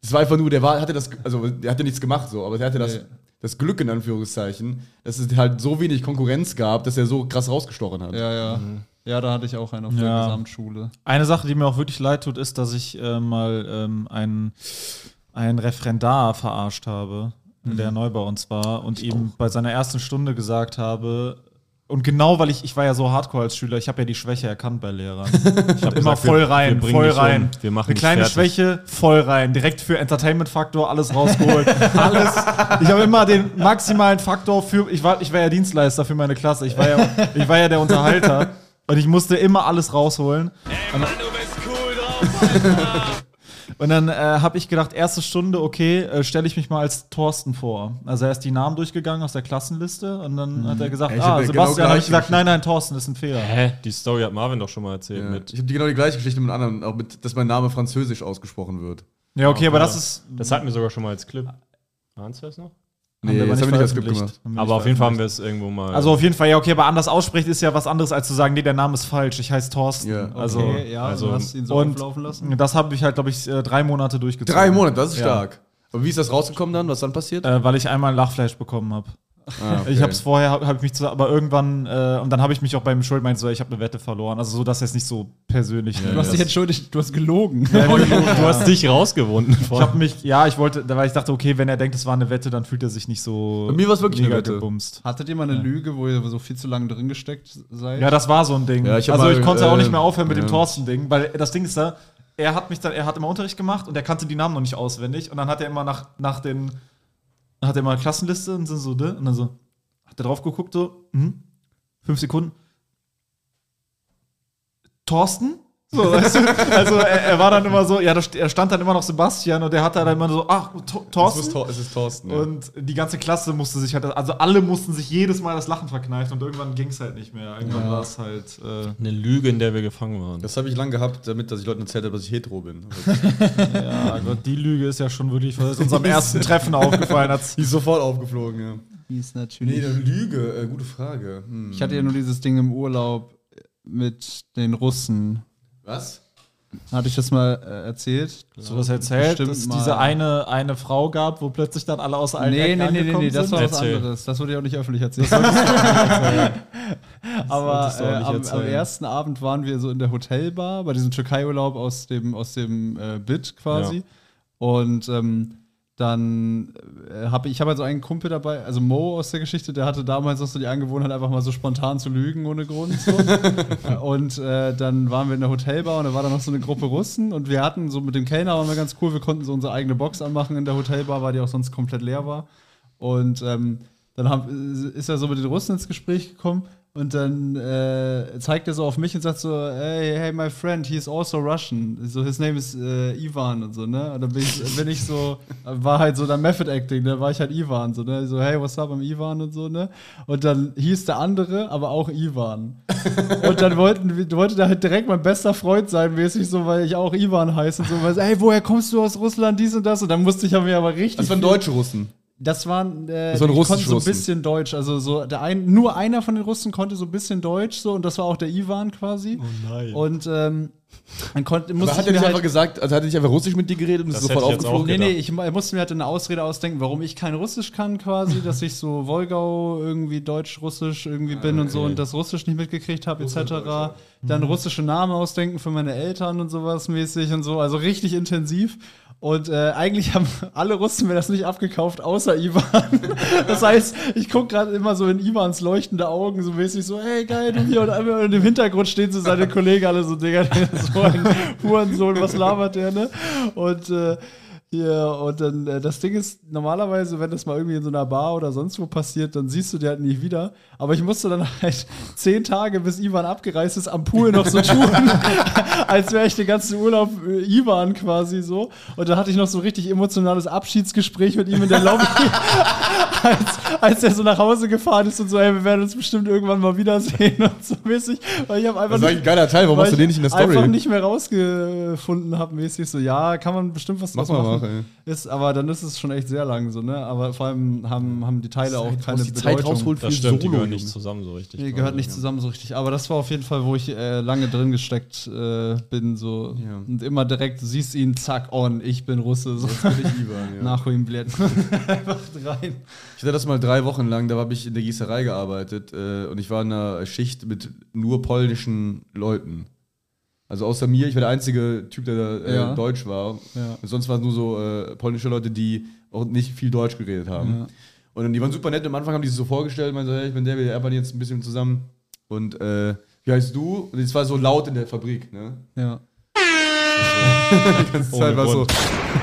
Das war einfach nur, der hatte nichts gemacht so, aber der hatte das Glück in Anführungszeichen, dass es halt so wenig Konkurrenz gab, dass er so krass rausgestochen hat. Ja. Ja, da hatte ich auch einen auf der Gesamtschule. Eine Sache, die mir auch wirklich leid tut, ist, dass ich mal einen Referendar verarscht habe, der neu bei uns war und ihm bei seiner ersten Stunde gesagt habe, und genau, weil ich war ja so hardcore als Schüler, ich habe ja die Schwäche erkannt bei Lehrern. Ich habe immer voll rein. Wir machen eine kleine fertig. Schwäche, voll rein. Direkt für Entertainment-Faktor, alles rausgeholt. Alles. Ich habe immer den maximalen Faktor für, ich war ja Dienstleister für meine Klasse, ich war ja der Unterhalter. Und ich musste immer alles rausholen. Ey, Mann, du bist cool drauf, Alter. Und dann habe ich gedacht, erste Stunde, okay, stelle ich mich mal als Thorsten vor. Also er ist die Namen durchgegangen aus der Klassenliste und dann hat er gesagt, Ich hab ja Sebastian, genau habe ich gesagt, gleich nein, Thorsten ist ein Fehler. Hä? Die Story hat Marvin doch schon mal erzählt Ja. mit. Ich habe genau die gleiche Geschichte mit einem anderen, auch mit, dass mein Name französisch ausgesprochen wird. Ja, okay, aber das ist. Das hatten wir sogar schon mal als Clip. Ahnst du das noch? Nee, aber das haben wir nicht als Clip veröffentlicht. gemacht. Aber auf jeden Fall haben wir es irgendwo mal. Also auf jeden Fall, ja, okay, aber anders aussprechen ist ja was anderes, als zu sagen, nee, der Name ist falsch, ich heiße Thorsten. Ja. Also, Okay, ja, also- du hast ihn so und auflaufen lassen. das habe ich halt, glaube ich, 3 Monate durchgezogen. 3 Monate, das ist Ja. stark. Aber wie ist das rausgekommen dann? Was dann passiert? Weil ich einmal ein Lachfleisch bekommen habe. Okay. Ich habe es vorher, habe ich mich aber irgendwann, und dann habe ich mich auch beim Schuld meint so, ich habe eine Wette verloren. Also so, dass jetzt nicht so persönlich. Du hast dich entschuldigt, du hast gelogen. du hast dich rausgewunden. Ich habe mich, weil ich dachte, okay, wenn er denkt, es war eine Wette, dann fühlt er sich nicht so. Bei mir war's wirklich eine mega Wette. gebumst. Hattet ihr mal eine Lüge, wo ihr so viel zu lange drin gesteckt seid? Ja, das war so ein Ding. Ja, ich hab also mal, ich konnte auch nicht mehr aufhören mit ja. dem Thorsten-Ding, weil das Ding ist da, er hat immer Unterricht gemacht und er kannte die Namen noch nicht auswendig und dann hat er immer hat er immer Klassenliste und so, und dann so, hat er drauf geguckt, so, 5 Sekunden. Thorsten? So, weißt du? Also er war dann immer so, ja, er stand dann immer noch Sebastian und der hat dann immer so, ach, Thorsten? Es ist Thorsten. Ja. Und die ganze Klasse musste sich halt, also alle mussten sich jedes Mal das Lachen verkneifen und irgendwann ging es halt nicht mehr. Irgendwann war es halt. Eine Lüge, in der wir gefangen waren. Das habe ich lange gehabt, damit dass ich Leuten erzählt habe, dass ich hetero bin. Ja, Gott, die Lüge ist ja schon wirklich von unserem ersten Treffen aufgefallen. Die ist sofort aufgeflogen, ja. Die ist Nee, natürlich. eine Lüge, gute Frage. Ich hatte ja nur dieses Ding im Urlaub mit den Russen. Was? Hatte ich das mal erzählt? Hast du das erzählt, Bestimmt dass es mal. diese eine Frau gab, wo plötzlich dann alle aus allen Ecken angekommen das war sind? was Erzähl. anderes. Das wurde ja auch nicht öffentlich erzählt. Aber solltest du auch nicht am erzählen. ersten Abend waren wir so in der Hotelbar bei diesem Türkei-Urlaub aus dem BIT quasi. Ja. Und dann habe ich halt so einen Kumpel dabei, also Mo aus der Geschichte, der hatte damals auch so die Angewohnheit, einfach mal so spontan zu lügen ohne Grund. So. Und dann waren wir in der Hotelbar und da war dann noch so eine Gruppe Russen und wir hatten so mit dem Kellner waren wir ganz cool, wir konnten so unsere eigene Box anmachen in der Hotelbar, weil die auch sonst komplett leer war. Und dann ist er so mit den Russen ins Gespräch gekommen und dann zeigt er so auf mich und sagt so, hey my friend, he's also Russian. So, his name is Ivan und so, ne? Und dann bin ich so, war halt so dann Method Acting, da war ich halt Ivan, so, ne? So, hey, what's up, I'm Ivan und so, ne? Und dann hieß der andere, aber auch Ivan. Und dann wollte der halt direkt mein bester Freund sein, mäßig so, weil ich auch Ivan heiße und so, weil, hey, woher kommst du aus Russland, dies und das? Und dann musste ich mir aber richtig. Das waren viel- deutsche Russen. Das waren, waren die russische konnten so ein Russen. bisschen Deutsch. Also so nur einer von den Russen konnte so ein bisschen Deutsch so und das war auch der Ivan quasi. Oh nein. Und dann musste Aber hat ich er mir nicht halt einfach gesagt, also hat er nicht einfach Russisch mit dir geredet und ist Das sofort hätte ich jetzt auch aufgeflogen? Nee, ich musste mir halt eine Ausrede ausdenken, warum ich kein Russisch kann quasi, dass ich so Wolgau irgendwie Deutsch-Russisch irgendwie bin und so und das Russisch nicht mitgekriegt habe etc. Dann russische Namen ausdenken für meine Eltern und sowas mäßig und so, also richtig intensiv. Und eigentlich haben alle Russen mir das nicht abgekauft, außer Ivan. Das heißt, ich gucke gerade immer so in Ivans leuchtende Augen, so mäßig so, hey, geil, du hier. Und im Hintergrund stehen so seine Kollegen alle so, Digga, der ist so ein Hurensohn, was labert der, ne? Und und dann, das Ding ist, normalerweise, wenn das mal irgendwie in so einer Bar oder sonst wo passiert, dann siehst du die halt nie wieder. Aber ich musste dann halt 10 Tage, bis Ivan abgereist ist, am Pool noch so tun, als wäre ich den ganzen Urlaub Ivan quasi so. Und dann hatte ich noch so ein richtig emotionales Abschiedsgespräch mit ihm in der Lobby, als er so nach Hause gefahren ist und so, hey, wir werden uns bestimmt irgendwann mal wiedersehen und so mäßig. Weil ich habe einfach Das ist eigentlich ein geiler Teil, warum weil hast du den nicht in der Story? einfach nicht mehr rausgefunden habe, mäßig so, ja, kann man bestimmt was Mach draus mal auch, ey. aber dann ist es schon echt sehr lang so, ne? Aber vor allem haben die Teile auch keine die Zeit Bedeutung. rausholt für Das stimmt, die Solo. gehören nicht zusammen so richtig. Nee, gehört nicht zusammen so richtig. Aber das war auf jeden Fall, wo ich lange drin gesteckt bin. So. Ja. Und immer direkt, du siehst ihn, zack, on, ich bin Russe. So. Jetzt bin ich Ivan, ja. Nachholen, blenden. Einfach rein. Ich hatte das mal 3 Wochen lang, da habe ich in der Gießerei gearbeitet und ich war in einer Schicht mit nur polnischen Leuten. Also außer mir, ich war der einzige Typ, der da Deutsch war. Ja. Sonst waren es nur so polnische Leute, die auch nicht viel Deutsch geredet haben. Ja. Und die waren super nett. Am Anfang haben die sich so vorgestellt, meinen so, hey, ich bin der, wir arbeiten jetzt ein bisschen zusammen. Und wie heißt du? Und es war so laut in der Fabrik, ne? Ja. Die ganze Zeit war so. Und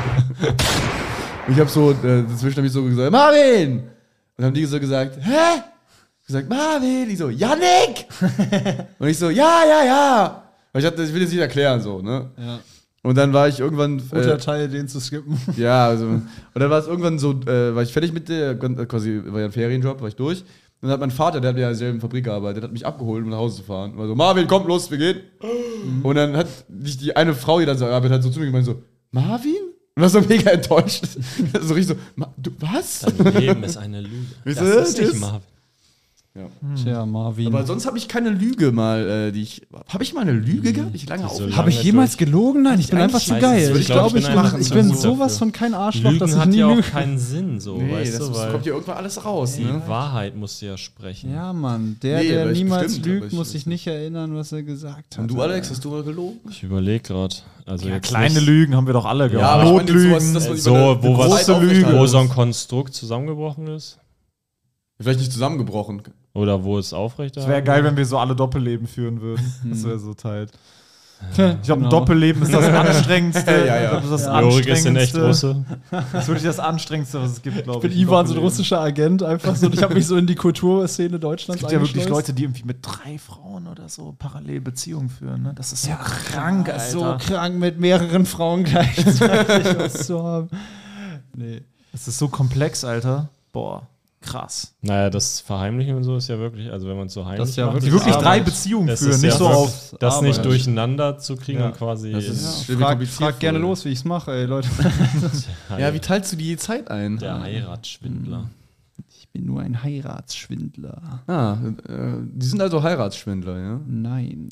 ich habe so, dazwischen habe ich so gesagt, Marvin! Und dann haben die so gesagt, hä? Ich gesagt, Marvin! Ich so, Yannick! Und ich so, ja. Weil ich will jetzt nicht erklären, so, ne? Ja. Und dann war ich irgendwann. Guter Teil, den zu skippen. Ja, also. Und dann war es irgendwann so, war ich fertig mit der, quasi, war ja ein Ferienjob, war ich durch. Und dann hat mein Vater, der hat ja in derselben Fabrik gearbeitet, hat mich abgeholt, um nach Hause zu fahren. Und war so, Marvin, komm, los, wir gehen. Und dann hat die eine Frau, die dann so arbeitet, hat so zu mir gemeint, so, Marvin? Und war so mega enttäuscht. So richtig so, du, was? Dein Leben ist eine Lüge. Weißt Das du, ist nicht das- Marvin. Ja. Tja, Marvin. Aber sonst habe ich keine Lüge mal, die ich. Habe ich mal eine Lüge gehabt, die ich lange So aufhebe? lange habe ich jemals gelogen? Nein, ich bin einfach zu eigentlich geil. meistens. Ich glaube, ich bin gut sowas dafür. von kein Arschloch, dass Lügen ich hat nie ja auch lüge. keinen Sinn, so, Nee, weißt das du, weil kommt ja irgendwann alles raus, die ne? Wahrheit musst du ja sprechen. Ja, Mann. Der Nee, aber ich niemals bestimmt, aber lügt, ich- muss sich nicht erinnern, was er gesagt hat. Und du, Alex, hast du mal gelogen? Ich überlege gerade. Also Ja, jetzt kleine nicht Lügen haben wir doch alle gemacht. aber ich meine, Notlügen. sowas, dass man so, über eine wo was große Lüge, wo so ein Konstrukt zusammengebrochen ist. Vielleicht nicht zusammengebrochen. Oder wo es Es aufrechterhalten wäre geil, wenn wir so alle Doppelleben führen würden. Das wäre so tight. Ich glaube, ein Genau. Doppelleben ist das anstrengendste. Ja. Ich glaub, das ist das Jorik ist in echt anstrengendste. Russe. Das ist wirklich das anstrengendste, was es gibt, glaube Ich ich. bin Ivan, so ein Doppelleben. russischer Agent, einfach so. Und ich habe mich so in die Kulturszene Es Deutschlands gibt ja wirklich eingeschleust. Leute, die irgendwie mit 3 Frauen oder so parallel Beziehungen führen. Ne? Das ist so krank, Alter. So krank mit mehreren Frauen gleichzeitig was zu haben. Nee. Das ist so komplex, Alter. Boah, krass. Naja, das Verheimlichen und so ist ja wirklich, also wenn man es so heimlich Das ist ja macht, wirklich Die wirklich Arbeit. 3 Beziehungen das führen, ist nicht ja so wirklich- auf. das Arbeit. nicht durcheinander zu kriegen Ja. und quasi. Das ist Ja, frag gerne los, wie ich es mache, ey, Leute. Ja, wie teilst du die Zeit ein? der Heiratsschwindler. Ich bin nur ein Heiratsschwindler. Die sind also Heiratsschwindler, ja? Nein.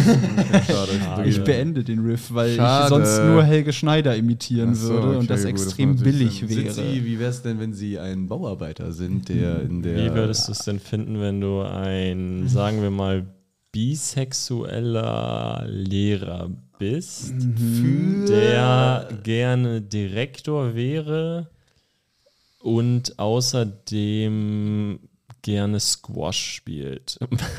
Schade. Ich beende den Riff, weil Schade. ich sonst nur Helge Schneider imitieren Ach so, würde okay, und das gut, extrem macht natürlich billig Sinn. wäre. Wie wäre es denn, wenn Sie ein Bauarbeiter sind, der in der. Wie würdest du es denn finden, wenn du ein, sagen wir mal, bisexueller Lehrer bist, der gerne Direktor wäre und außerdem gerne Squash spielt?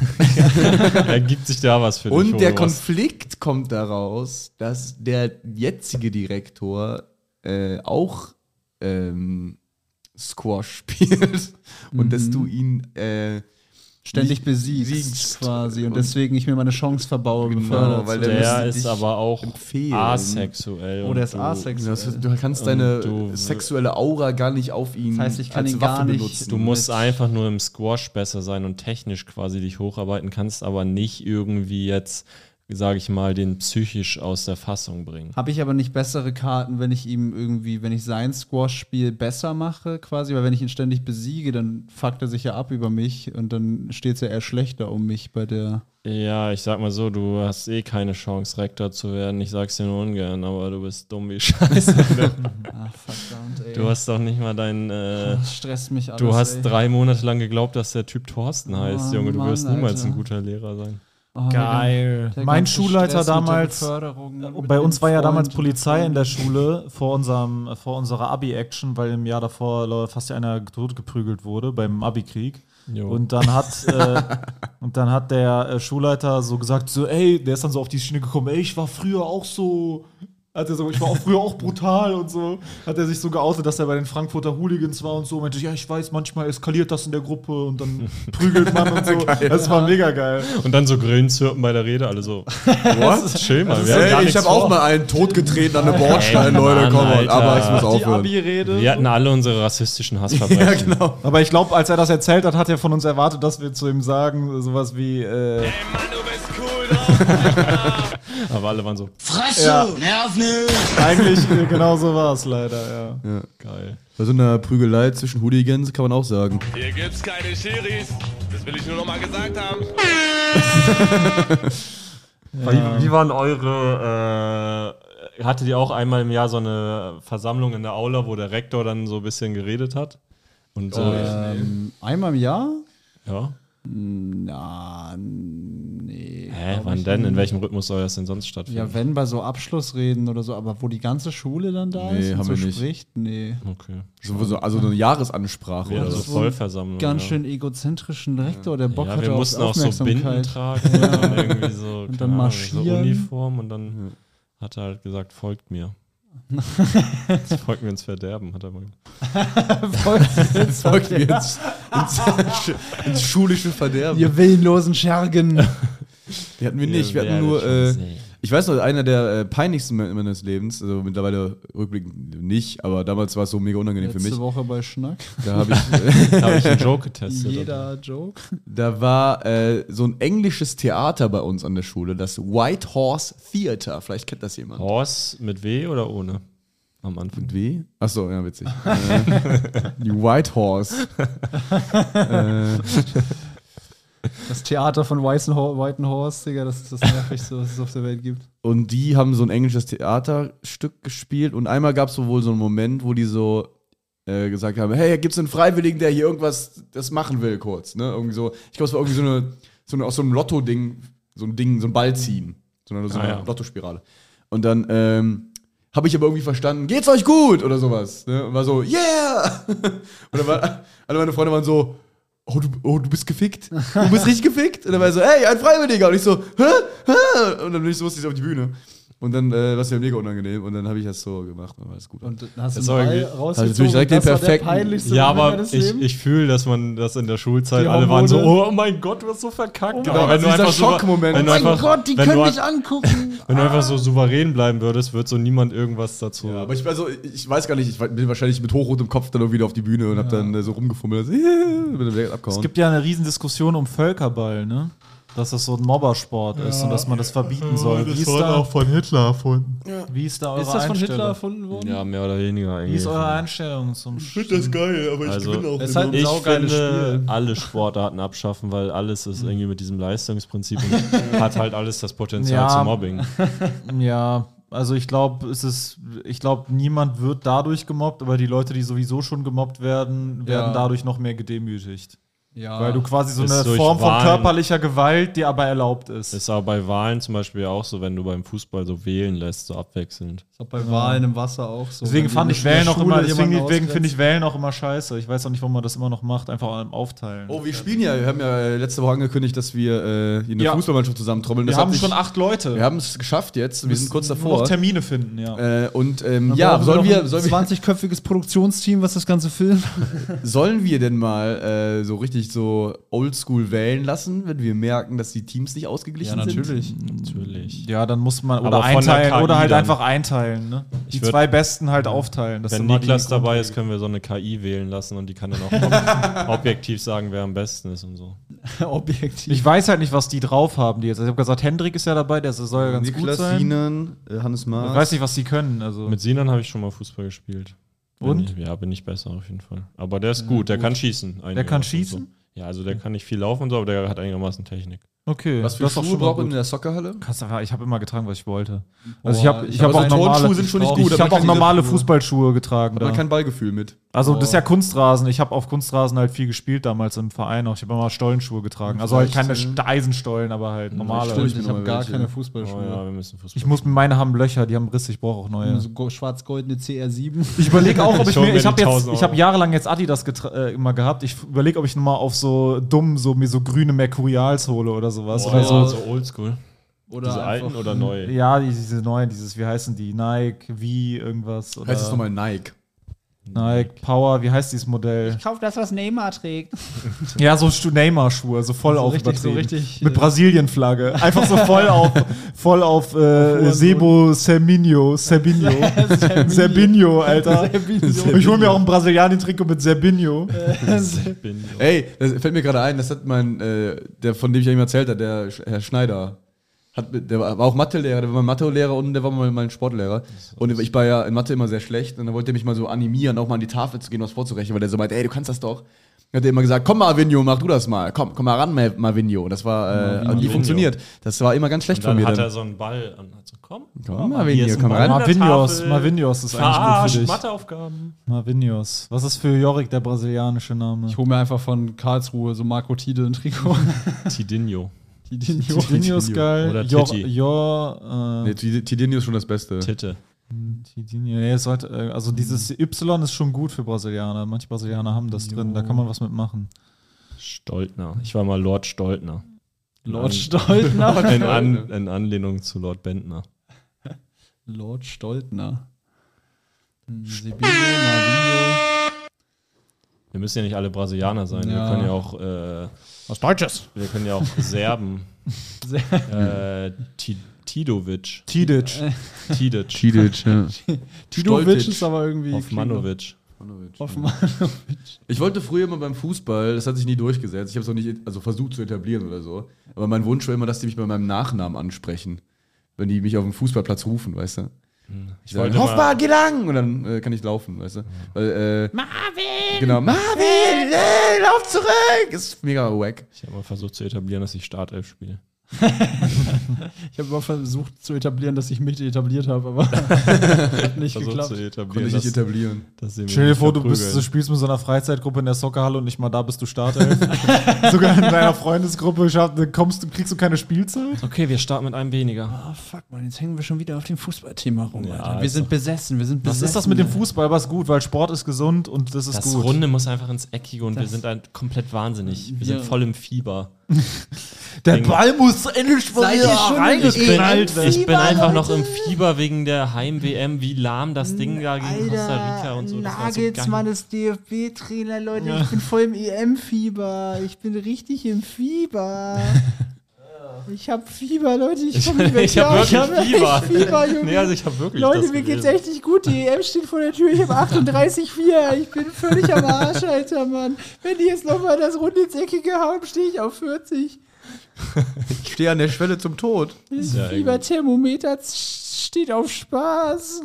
Ergibt sich da was für dich? Und wo der du was- Konflikt kommt daraus, dass der jetzige Direktor auch Squash spielt und dass du ihn Ständig nicht besiegst quasi und deswegen ich mir meine Chance verbaue, Genau, befördert weil zu der werden. der müsste ist dich aber auch empfehlen. asexuell. Oh, und der ist du- asexuell. du kannst deine du- sexuelle Aura gar nicht auf ihn Das heißt, ich kann als ihn Waffe gar nicht- benutzen. Du musst einfach nur im Squash besser sein und technisch quasi dich hocharbeiten, kannst aber nicht irgendwie jetzt, sage ich mal, den psychisch aus der Fassung bringen. Habe ich aber nicht bessere Karten, wenn ich ihm irgendwie, wenn ich sein Squash-Spiel besser mache, quasi, weil wenn ich ihn ständig besiege, dann fuckt er sich ja ab über mich und dann steht es ja eher schlechter um mich bei der. Ja, ich sag mal so, du hast eh keine Chance, Rektor zu werden. Ich sag's dir nur ungern, aber du bist dumm wie Scheiße. Ah, verdammt, ey. Du hast doch nicht mal dein. Das stresst mich alles. Du hast ey. 3 Monate lang geglaubt, dass der Typ Thorsten heißt, Junge. Du Mann, wirst niemals Alter. ein guter Lehrer sein. Oh, Geil. der Mein ganze Schulleiter Stress mit der damals. Beförderung und mit Bei dem uns war ja damals Freund. Polizei in der Schule vor unserer Abi-Action, weil im Jahr davor fast ja einer totgeprügelt wurde beim Abi-Krieg. Jo. Und dann hat der Schulleiter so gesagt, so, ey, der ist dann so auf die Schiene gekommen, ey, ich war früher auch so, ich war auch früher auch brutal und so. Hat er sich so geoutet, dass er bei den Frankfurter Hooligans war und so. Meinte, ja, ich weiß, manchmal eskaliert das in der Gruppe und dann prügelt man und so. Das war mega geil. Und dann so Grillenzirpen bei der Rede, alle so. What? Chill mal. Wir haben gar ich nichts habe auch vor. mal einen totgetreten an einem Bordstein, Ey, Leute, Mann, komm mal, Alter. aber ich muss Die aufhören. Abi-Rede. Wir hatten alle unsere rassistischen Hassverbrechen. Ja, genau. Aber ich glaube, als er das erzählt hat, hat er von uns erwartet, dass wir zu ihm sagen, sowas wie, Ey, Mann, du bist cool drauf. Aber alle waren so, Fresse, nerv nicht. Eigentlich genau so war es leider, ja. geil. Bei so einer Prügelei zwischen Hooligans kann man auch sagen. Hier gibt's keine Schiris. Das will ich nur noch mal gesagt haben. Wie waren eure, hattet ihr auch einmal im Jahr so eine Versammlung in der Aula, wo der Rektor dann so ein bisschen geredet hat? Und Einmal im Jahr? ja. Na, nee. Hä, glaub wann ich denn? In nicht. welchem Rhythmus soll das denn sonst stattfinden? Ja, wenn bei so Abschlussreden oder so, aber wo die ganze Schule dann da Nee, ist und haben so wir nicht. spricht, nee. Okay. Also eine Jahresansprache Ja, oder so so. ist wohl Vollversammlung. Ganz ja. schön egozentrischen Rektor, der Bock Ja, hatte wir auf mussten auch so Binden Aufmerksamkeit. tragen und dann irgendwie so, Und dann keine Ahnung, marschieren. so Uniform und dann hat er halt gesagt, folgt mir. Folgt mir ins Verderben, hat er mal gesagt. Folgt mir ins schulische Verderben. Ihr willenlosen Schergen. Die hatten wir nicht. Wir Ihr hatten nur. werdet schon sehen. Ich weiß noch, einer der peinlichsten Momente meines Lebens, also mittlerweile rückblickend nicht, aber damals war es so mega unangenehm für mich. Letzte Woche bei Schnack. Da habe ich, Da habe ich einen Joke getestet. Jeder Joke. da war so ein englisches Theater bei uns an der Schule, das White Horse Theater. Vielleicht kennt das jemand. Horse mit W oder ohne? Am Anfang. Mit W? Achso, ja, witzig. Die White Horse. Das Theater von Whiten Horse, Digga, das ist das Nervigste, was es auf der Welt gibt. Und die haben so ein englisches Theaterstück gespielt und einmal gab es wohl so einen Moment, wo die so gesagt haben, hey, gibt's einen Freiwilligen, der hier irgendwas das machen will, kurz, ne? Irgendwie so, ich glaube, es war irgendwie so eine aus so einem Lotto-Ding, so ein Ball ziehen. So eine ja. Lottospirale. Und dann habe ich aber irgendwie verstanden, geht's euch gut? Oder sowas. Ne? Und war so, yeah! Und dann alle meine Freunde waren so, du bist gefickt? Du bist richtig gefickt? Und dann war er so, hey, ein Freiwilliger! Und ich so, hä? Und dann musste ich so auf die Bühne. Und dann war es ja mega unangenehm. Und dann habe ich das so gemacht. Dann war alles gut. Und dann hast Das du war einen Ball irgendwie- rausgezogen. Also direkt den das war der perfekten- peinlichste Ja, Moment aber deines ich Lebens. fühle, dass man das in der Schulzeit Die alle waren so, Hormone. oh mein Gott, du hast so verkackt. Genau, also dieser Schockmoment. Wenn du Oh mein einfach, Gott, die wenn können du, mich angucken. wenn du einfach so souverän bleiben würdest, wird so niemand irgendwas dazu. Ja, aber ich weiß gar nicht, ich bin wahrscheinlich mit hochrotem Kopf dann auch wieder auf die Bühne und habe dann so rumgefummelt. Bin dann direkt abgehauen. Es gibt ja eine Riesendiskussion um Völkerball, ne? Dass das so ein Mobbersport ist und dass man das verbieten soll. Wie ist da, von Hitler erfunden. wie ist da eure Ist das von Hitler Einstellung? erfunden worden? Ja, mehr oder weniger Wie eigentlich. ist eure Einstellung zum geil, aber Also, Es ist halt ein ich saugeiles finde, Spiel. alle Sportarten abschaffen, weil alles ist irgendwie mit diesem Leistungsprinzip und hat halt alles das Potenzial Ja. zu Mobbing. Ja, also ich glaube, niemand wird dadurch gemobbt, aber die Leute, die sowieso schon gemobbt werden, werden Ja. dadurch noch mehr gedemütigt. Ja. Weil du quasi so Ist eine durch Form von Wahlen- körperlicher Gewalt, die aber erlaubt ist. Ist aber bei Wahlen zum Beispiel auch so, wenn du beim Fußball so wählen lässt, so abwechselnd. ist auch bei Wahlen im Wasser auch so. Deswegen Wenn fand die ich in der Wählen auch Schule immer, jemanden deswegen finde ich ausgrenzt. Wählen auch immer scheiße. Ich weiß auch nicht, warum man das immer noch macht, einfach aufteilen. Oh, wir spielen ja, wir haben ja letzte Woche angekündigt, dass wir hier eine Ja. Fußballmannschaft zusammentrommeln. wir Das hat haben sich- schon 8 Leute. Wir haben es geschafft jetzt, wir sind kurz Nur noch davor. Termine finden, ja. Und Dann ja, brauchen sollen noch wir, ein 20-köpfiges Produktionsteam, was das Ganze filmt? sollen wir denn mal so richtig so oldschool wählen lassen, wenn wir merken, dass die Teams nicht ausgeglichen sind? Natürlich. Ja, dann muss man Aber oder von der einteilen KI oder halt dann. einfach einteilen. Ne? Die würd- 2 Besten halt aufteilen. Das Wenn ist immer Niklas die dabei ist, können wir so eine KI wählen lassen und die kann dann auch objektiv sagen, wer am besten ist und so. Objektiv. Ich weiß halt nicht, was die drauf haben, die jetzt. Also ich habe gesagt, Hendrik ist ja dabei, der soll ja ganz Niklas, gut sein. Sinan, Hannes Maas. Ich weiß nicht, was die können. Also Mit Sinan habe ich schon mal Fußball gespielt. Und? Bin ich besser auf jeden Fall. Aber der ist gut, der kann schießen. Der kann einigermaßen schießen? So. Ja, also der kann nicht viel laufen und so, aber der hat einigermaßen Technik. okay. Was für das ist doch Schuhe schon mal braucht man in gut. der Soccerhalle? Ich habe immer getragen, was ich wollte. Also Boah, ich habe aber auch so normale Turnschuhe sind schon nicht gut, Ich aber habe auch keine normale Schuhe. Fußballschuhe getragen. Hat man Da. kein Ballgefühl mit. Also das ist ja Kunstrasen. Ich habe auf Kunstrasen halt viel gespielt damals im Verein auch. Ich habe immer Stollenschuhe getragen. Also halt keine Eisenstollen, aber halt normale. Stimmt. Ich habe gar welche. keine Oh Fußballschuhe. ja, wir müssen Fußball Ich muss mit meine haben Löcher, die haben Risse, ich brauche auch neue. So schwarz-goldene CR7. Ich überlege auch, ob ich Schon mir, mir ich habe die jetzt, 1000 ich habe Euro. jahrelang jetzt Adidas immer gehabt. Ich überlege, ob ich nochmal auf so dumm, mir so grüne Mercurials hole oder sowas. oder so. so oldschool. Oder Diese alten einfach- oder neue? Ja, diese neuen, wie heißen die? Nike, wie irgendwas. Oder Heißt es nochmal Nike? Nike, Power, wie heißt dieses Modell? Kauf das, was Neymar trägt. Ja, so Neymar-Schuhe, so voll auf richtig, übertrieben. so richtig, Mit Brasilien-Flagge. Einfach so voll auf Sebo Serbinho, Alter. Ich hol mir auch ein Brasilianien-Trikot mit Serbinho. Ey, das fällt mir gerade ein, das hat der, von dem ich ihm erzählt habe, der Herr Schneider. Der war auch Mathelehrer, der war mein Mathelehrer und der war mal mein Sportlehrer. Und ich war ja in Mathe immer sehr schlecht und dann wollte er mich mal so animieren, auch mal an die Tafel zu gehen, was vorzurechnen, weil der so meinte, ey, du kannst das doch. Dann hat er immer gesagt, komm Marvinho, mach du das mal. Komm mal ran, Marvinho. Und das war nie funktioniert. Das war immer ganz schlecht von mir. Dann hat er so einen Ball und hat so, komm Marvinho, komm ran. Marvinhos ist eigentlich gut für dich. Matheaufgaben. Marvinhos. Was ist für Jorik der brasilianische Name? Ich hole mir einfach von Karlsruhe so Marco Tide ein Trikot. Tidinho. Tidinho ist geil. Oder Titti. Tidinho ist schon das Beste. Titte. Tidinho. Nee, es sollte, also dieses Y ist schon gut für Brasilianer. Manche Brasilianer haben das drin, da kann man was mitmachen. Stoltner. Ich war mal Lord Stoltner. Lord Stoltner? In Anlehnung zu Lord Bentner. Lord Stoltner. Sibilo, Marvinho. Wir müssen ja nicht alle Brasilianer sein. Ja. Wir können ja auch Was Deutsches. Wir können ja auch Serben. Tidovic. Tidic. Tidic, ja. Tidovic ist aber irgendwie. Hoffmanovic. Ich wollte früher immer beim Fußball, das hat sich nie durchgesetzt. Ich habe es auch nicht versucht zu etablieren oder so. Aber mein Wunsch war immer, dass die mich bei meinem Nachnamen ansprechen. Wenn die mich auf dem Fußballplatz rufen, weißt du? Ich wollte Hoffmann, geh lang! Und dann kann ich laufen, weißt du? Weil, Marvin! Genau, Marvin! Lauf zurück! Ist mega wack. Ich habe mal versucht zu etablieren, dass ich Startelf spiele. Ich habe immer versucht zu etablieren, dass ich mich etabliert habe, aber hat nicht geklappt. Konnte ich nicht etablieren. Stell dir vor, du spielst mit so einer Freizeitgruppe in der Soccerhalle und nicht mal da bist du Startelf. Sogar in deiner Freundesgruppe kriegst du keine Spielzeit. Okay, wir starten mit einem weniger. Oh, fuck, man, jetzt hängen wir schon wieder auf dem Fußballthema rum, Ja, Alter. Wir sind besessen. Was ist das mit dem Fußball? Was gut, weil Sport ist gesund und das ist Das gut. Runde muss einfach ins Eckige und wir sind halt komplett wahnsinnig. Wir sind voll im Fieber. Der Ball muss endlich mal reingeknallt werden. Ich bin einfach noch im Fieber wegen der Heim-WM, wie lahm das Ding da gegen Costa Rica und so. Nagelsmann ist DFB-Trainer, Leute. Ich bin voll im EM-Fieber. Ich bin richtig im Fieber. Ich hab Fieber, Leute. Ich komme nicht mehr Ich hab klar. wirklich Fieber. Echt Fieber, Junge. Nee, also ich hab wirklich Leute, das mir geht's gewesen. echt nicht gut. Die EM steht vor der Tür. Ich hab 38,4. Ich bin völlig am Arsch, Alter, Mann. Wenn die jetzt nochmal das Runde ins Eckige haben, stehe ich auf 40. Ich stehe an der Schwelle zum Tod. Das Ja, Fieberthermometer steht auf Spaß.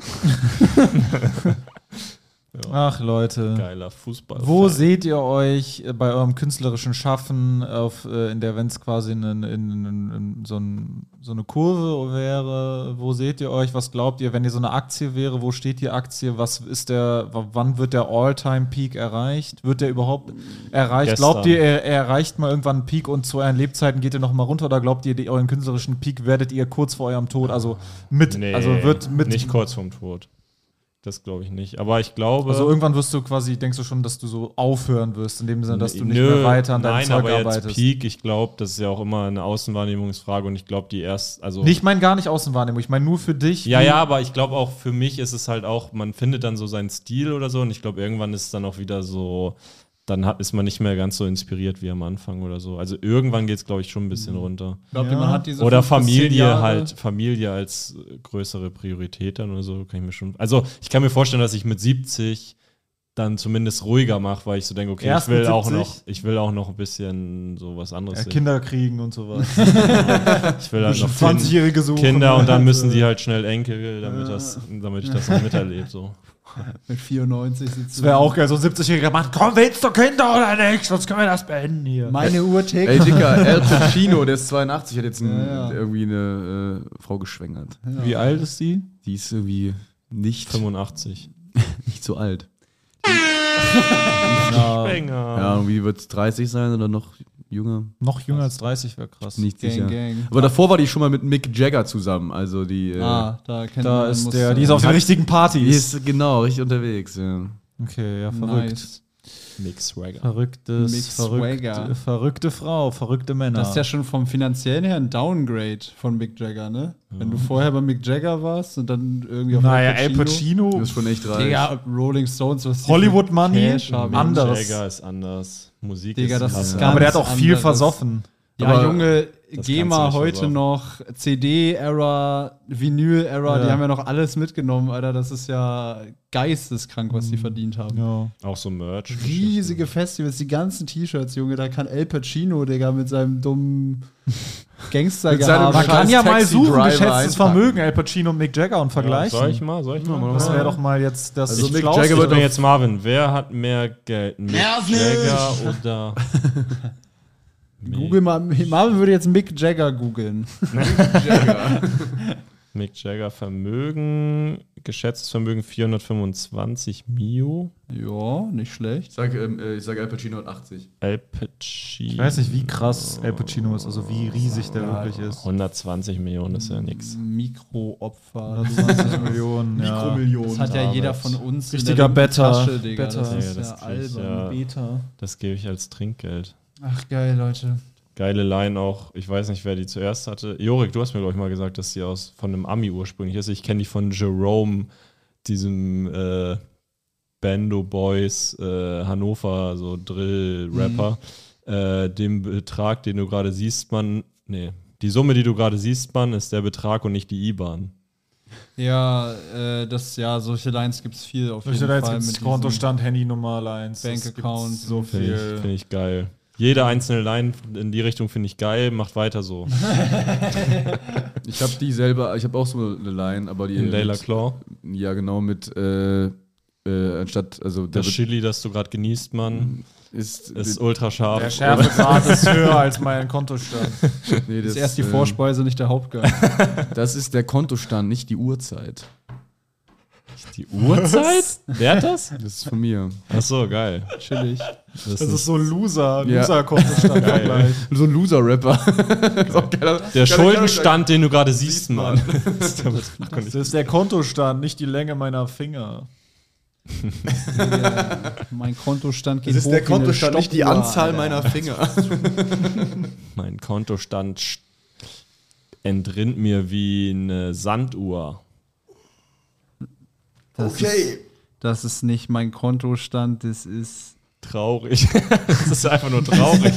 Ach, Leute. Geiler Fußball. Wo seht ihr euch bei eurem künstlerischen Schaffen, in der, wenn es quasi so eine Kurve wäre, wo seht ihr euch? Was glaubt ihr, wenn ihr so eine Aktie wäre, wo steht die Aktie? Wann wird der All-Time-Peak erreicht? Wird der überhaupt erreicht? Gestern. Glaubt ihr, er erreicht mal irgendwann einen Peak und zu euren Lebzeiten geht ihr noch mal runter? Oder glaubt ihr, euren künstlerischen Peak werdet ihr kurz vor eurem Tod, nicht kurz vorm Tod. Das glaube ich nicht. Aber ich glaube. Also irgendwann denkst du schon, dass du so aufhören wirst, in dem Sinne, dass du nicht mehr weiter an deinem Zeug arbeitest. Jetzt Peak, ich glaube, das ist ja auch immer eine Außenwahrnehmungsfrage und ich glaube, Ich meine gar nicht Außenwahrnehmung, ich meine nur für dich. Ja, aber ich glaube auch für mich ist es halt auch, man findet dann so seinen Stil oder so und ich glaube, irgendwann ist es dann auch wieder so, ist man nicht mehr ganz so inspiriert wie am Anfang oder so. Also irgendwann geht es, glaube ich, schon ein bisschen runter. Glaubt ihr, man hat diese Oder 5 bis 10 Jahre? Familie als größere Priorität dann oder so, kann ich mir schon. Also ich kann mir vorstellen, dass ich mit 70 dann zumindest ruhiger mache, weil ich so denke, okay, ich will auch noch ein bisschen so was anderes sehen. Kinder kriegen und sowas. Ich will halt noch 20-Jährige suchen. Kinder und dann müssen die halt schnell Enkel, damit ich das noch miterlebe. So. Mit 94 sitzt Das wäre auch geil, so ein 70-jähriger Mann. Komm, willst du Kinder oder nicht? Sonst können wir das beenden hier. Meine Uhr tickt. Ey, Dicker, Al Pacino, der ist 82, hat jetzt irgendwie eine Frau geschwängert. Ja. Wie alt ist die? Die ist irgendwie nicht 85. so alt. Schwänger. Ja, irgendwie wird es 30 sein oder noch jünger. Noch jünger als 30 wäre krass. Nicht Gang, sicher. Gang. Aber davor war die schon mal mit Mick Jagger zusammen. Also die. Da Da ist die ist auf den richtigen Partys. Die ist genau richtig unterwegs. Ja. Okay, ja, verrückt. Nice. Mick Swagger. Verrückte Frau, verrückte Männer. Das ist ja schon vom Finanziellen her ein Downgrade von Mick Jagger, ne? Wenn du vorher bei Mick Jagger warst und dann irgendwie auf Al Pacino. Das ist schon echt reich. Digga, Rolling Stones, was die Hollywood für Money, Cash haben. anders. Jagger ist anders. Musik Digga, ist das anders. ist ganz Aber der hat auch viel anderes. versoffen. Ja, Aber Junge, das geh kannst du mal nicht heute versorgen. noch CD-Era, Vinyl-Era, die haben ja noch alles mitgenommen, Alter. Das ist ja geisteskrank, was die verdient haben. Ja. Auch so Merch. Riesige Festivals, die ganzen T-Shirts, Junge. Da kann El Pacino, Digga, mit seinem dummen Gangster Mit seinem Man kann ja mal Taxi suchen, Driver geschätztes einpacken. Vermögen, Al Pacino und Mick Jagger und Ja, vergleichen. soll ich mal? Das wäre doch mal jetzt das Also Mick Schlauste. Jagger Ich wird bin doch- jetzt Marvin. Wer hat mehr Geld? Mick Nerv nicht! Jagger oder Google mal, Marvin würde jetzt Mick Jagger googeln. Mick Jagger Vermögen, geschätztes Vermögen 425 Mio. Ja, nicht schlecht. Ich sag Al Pacino hat 80. Al Pacino. Ich weiß nicht, wie krass Al Pacino ist, also wie riesig der wirklich ist. 120 Millionen ist ja nix. Mikroopfer. 20 Millionen, ja. Das hat ja jeder von uns Richtiger in der linken Better. Tasche, Digga. Better. Das ist Ja, ja das krieg ich, albern. ja. Beta. Das gebe ich als Trinkgeld. Ach, geil, Leute. Geile Line auch. Ich weiß nicht, wer die zuerst hatte. Jorik, du hast mir, glaube ich, mal gesagt, dass die von einem Ami ursprünglich ist. Ich kenne die von Jerome, diesem Bando Boys Hannover, so Drill-Rapper. Den Betrag, den du gerade siehst, die Summe, die du gerade siehst, ist der Betrag und nicht die IBAN. Ja, solche Lines gibt es viel auf jeden Jetzt Fall. gibt es mit Kontostand, Handynummer, Lines. Bankaccount. So Finde viel. ich geil. Jede einzelne Line in die Richtung finde ich geil. Macht weiter so. Ich habe die selber, ich habe auch so eine Line, aber die. In Layla Claw. Ja, genau, mit anstatt, also der Das Chili, das du gerade genießt, Mann, ist ultra scharf. Der Schärfegrad ist höher als mein Kontostand. nee, Das ist erst die Vorspeise, nicht der Hauptgang. Das ist der Kontostand, nicht die Uhrzeit. Die Uhrzeit? Wer hat das? Das ist von mir. Ach so, geil. Chillig. Das ist so ein Ja. Loser-Kontostand-Vergleich. So ein Loser-Rapper. Der Schuldenstand, den du gerade siehst, Mann. Das ist der Kontostand, nicht die Länge meiner Finger. Mein Kontostand geht Das ist hoch der wie eine Kontostand, nicht die Stoppuhr, Anzahl Alter. meiner Finger. Mein Kontostand entrinnt mir wie eine Sanduhr. Das ist nicht mein Kontostand, das ist Traurig. Das ist einfach nur traurig.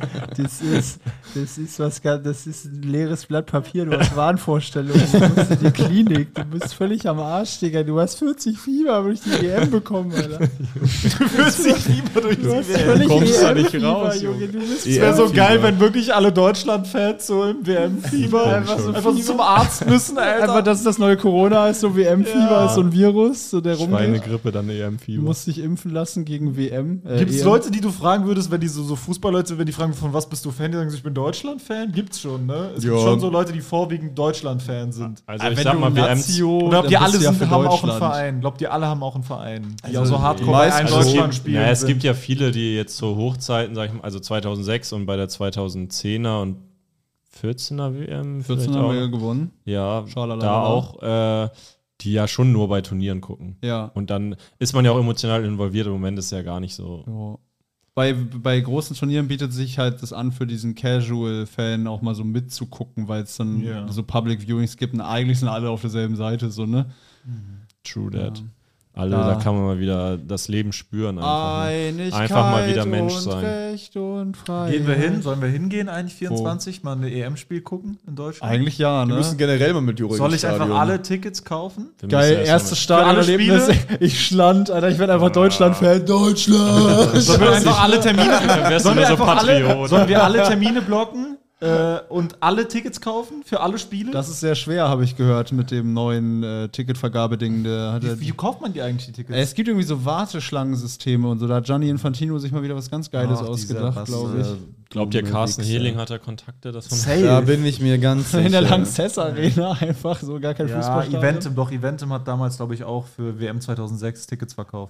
Das ist ein leeres Blatt Papier, du hast Wahnvorstellungen, du musst in die Klinik, du bist völlig am Arsch, Digga, du hast 40 Fieber durch die WM bekommen, Alter. 40 Fieber durch die Du hast WM. völlig kommst da nicht EM-Fieber, raus, Junge, du bist Es wäre so geil, wenn wirklich alle Deutschland-Fans so im WM-Fieber einfach so zum Arzt müssen, einfach, Alter. dass das neue Corona ist, so WM-Fieber ist so ein Virus, so der rumgeht. Schweinegrippe, dann Du EM-Fieber. musst dich impfen lassen gegen WM. Gibt es EM. Leute, die du fragen würdest, wenn die so Fußballleute, wenn die fragen, von was bist du Fan, die sagen, ich bin Deutschland-Fan? Gibt's schon, ne? Es gibt Ja. schon so Leute, die vorwiegend Deutschland-Fan sind. Also ich Wenn sag du mal, WMs. Lazio, Oder ob die dann alle bist du ja sind, für haben auch einen Deutschland. Verein. Glaubt ihr, alle haben auch einen Verein, die Also auch so hardcore bei meisten einem schon. Deutschland spielen. Ja, es sind. gibt ja viele, die jetzt zu Hochzeiten, sag ich mal, also 2006 und bei der 2010er und 14er WM 14 vielleicht haben auch. wir ja gewonnen. Ja, Schalalala. da auch, die ja schon nur bei Turnieren gucken. Ja. Und dann ist man ja auch emotional involviert. Im Moment ist es ja gar nicht so. Ja. Bei großen Turnieren bietet sich halt das an, für diesen Casual-Fan auch mal so mitzugucken, weil es dann Ja. so Public Viewings gibt und eigentlich sind alle auf derselben Seite, so, ne? True that. Ja. Alle, Ja. da kann man mal wieder das Leben spüren. Einfach, ne? Einigkeit Einfach mal wieder Mensch und sein. Recht und Freiheit. Gehen wir hin? Sollen wir hingehen eigentlich 24? Mal ein EM-Spiel gucken in Deutschland? Eigentlich ja, Wir ne? müssen generell mal mit Juri Soll ins ich einfach Stadion. alle Tickets kaufen? Wir müssen Geil, erst erstes mal- Stadionerlebnis. alle Ich schland, Alter, ich werde einfach Deutschland-Fan. Deutschland! Sollen wir einfach alle Termine, wärst du sollen wir nur so einfach alle, Patriot. sollen wir alle Termine blocken und alle Tickets kaufen für alle Spiele? Das ist sehr schwer, habe ich gehört, mit dem neuen Ticketvergabeding. Der hat wie kauft man die eigentlich, die Tickets? Es gibt irgendwie so Warteschlangensysteme und so. Da hat Gianni Infantino sich mal wieder was ganz Geiles Ach, ausgedacht, dieser glaube ich. Glaubt ihr, Carsten Hehling hat da Kontakte? Dass man Safe. Da bin ich mir ganz sicher. In der Lanxess Arena einfach so gar kein Ja, Fußballstadion. Eventim hat damals, glaube ich, auch für WM 2006 Tickets verkauft.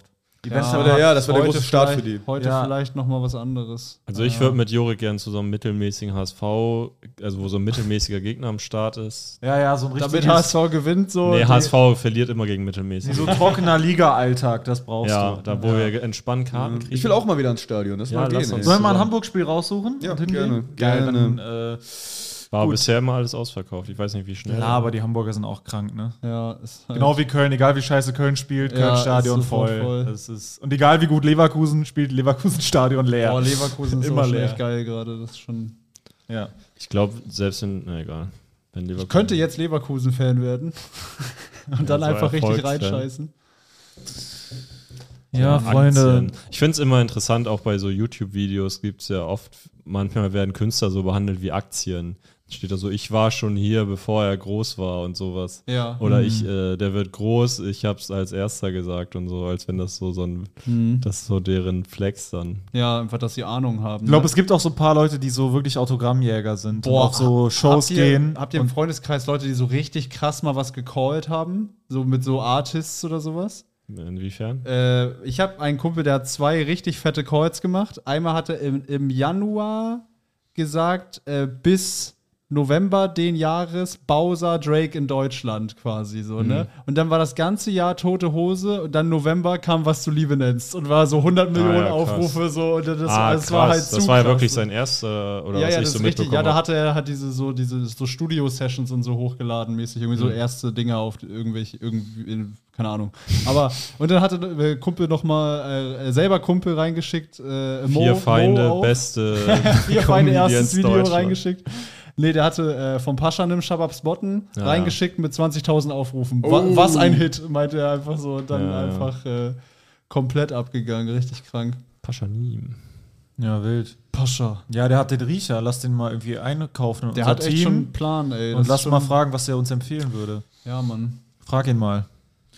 Events das war der Heute große Start für vielleicht- die. Heute Ja. vielleicht noch mal was anderes. Also ich würde mit Jorik gern zu so einem mittelmäßigen HSV, also wo so ein mittelmäßiger Gegner am Start ist. Ja, so ein Damit richtiges, HSV gewinnt so. Nee, die- HSV verliert immer gegen mittelmäßig. so trockener Liga-Alltag, das brauchst Ja, du. da wo wir entspannt Karten kriegen. Ich will auch mal wieder ins Stadion. Das Ja, mal lass gehen, uns. Sollen wir mal ein zusammen. Hamburg-Spiel raussuchen? Ja, und hingehen? gerne. Geil, Gerne. War Gut. bisher immer alles ausverkauft. Ich weiß nicht, wie schnell. Ja, aber die Hamburger sind auch krank, ne? Ja, ist halt Genau wie Köln, egal wie scheiße Köln spielt, Ja, Köln-Stadion ist sofort voll. voll. Das ist, und egal wie gut Leverkusen spielt, Leverkusen-Stadion leer. Boah, Leverkusen ist Immer immer schon leer. echt geil gerade. Das ist schon. Ja. Ich glaube, selbst wenn, na egal. Wenn Leverkusen Ich könnte jetzt Leverkusen-Fan werden. Und dann so einfach richtig Erfolgsfan. reinscheißen. Ja, Aktien. Ich finde es immer interessant, auch bei so YouTube-Videos gibt es ja oft, manchmal werden Künstler so behandelt wie Aktien. Steht da so, ich war schon hier, bevor er groß war und sowas. Ja. Oder der wird groß, ich hab's als erster gesagt und so, als wenn das so ein, das ist so deren Flex dann. Ja, einfach, dass sie Ahnung haben. Ich glaube, es gibt auch so ein paar Leute, die so wirklich Autogrammjäger sind und Boah, auf so Shows gehen. Habt ihr im Freundeskreis Leute, die so richtig krass mal was gecallt haben? So mit so Artists oder sowas? Inwiefern? Ich habe einen Kumpel, der hat 2 richtig fette Calls gemacht. Einmal hat er im Januar gesagt, bis November den Jahres Bowser Drake in Deutschland quasi so, ne? Und dann war das ganze Jahr Tote Hose und dann November kam Was du Liebe nennst und war so 100 Millionen ja, krass. Aufrufe so und das krass. war halt zu das war ja krass, wirklich so. sein erster, oder Ja, was ja, ich das so ist richtig. Ja, mitbekommen da habe. hat er diese so Studio-Sessions und so hochgeladen mäßig, irgendwie so erste Dinge auf irgendwie, keine Ahnung. Aber, und dann hatte der Kumpel nochmal selber Kumpel reingeschickt. 4 Feinde, auch. beste 4 Feinde Comedians erstes Video Deutschland. reingeschickt. Nee, der hatte vom Paschanim Shababs Botten Ja, reingeschickt mit 20.000 Aufrufen. Was ein Hit, meinte er einfach so. Und dann Ja, ja. einfach komplett abgegangen. Richtig krank. Paschanim. Ja, wild. Pascha. Ja, der hat den Riecher. Lass den mal irgendwie einkaufen. in Der unser hat echt schon einen Plan, ey. Und Das lass ist schon- mal fragen, was der uns empfehlen würde. Ja, Mann. Frag ihn mal.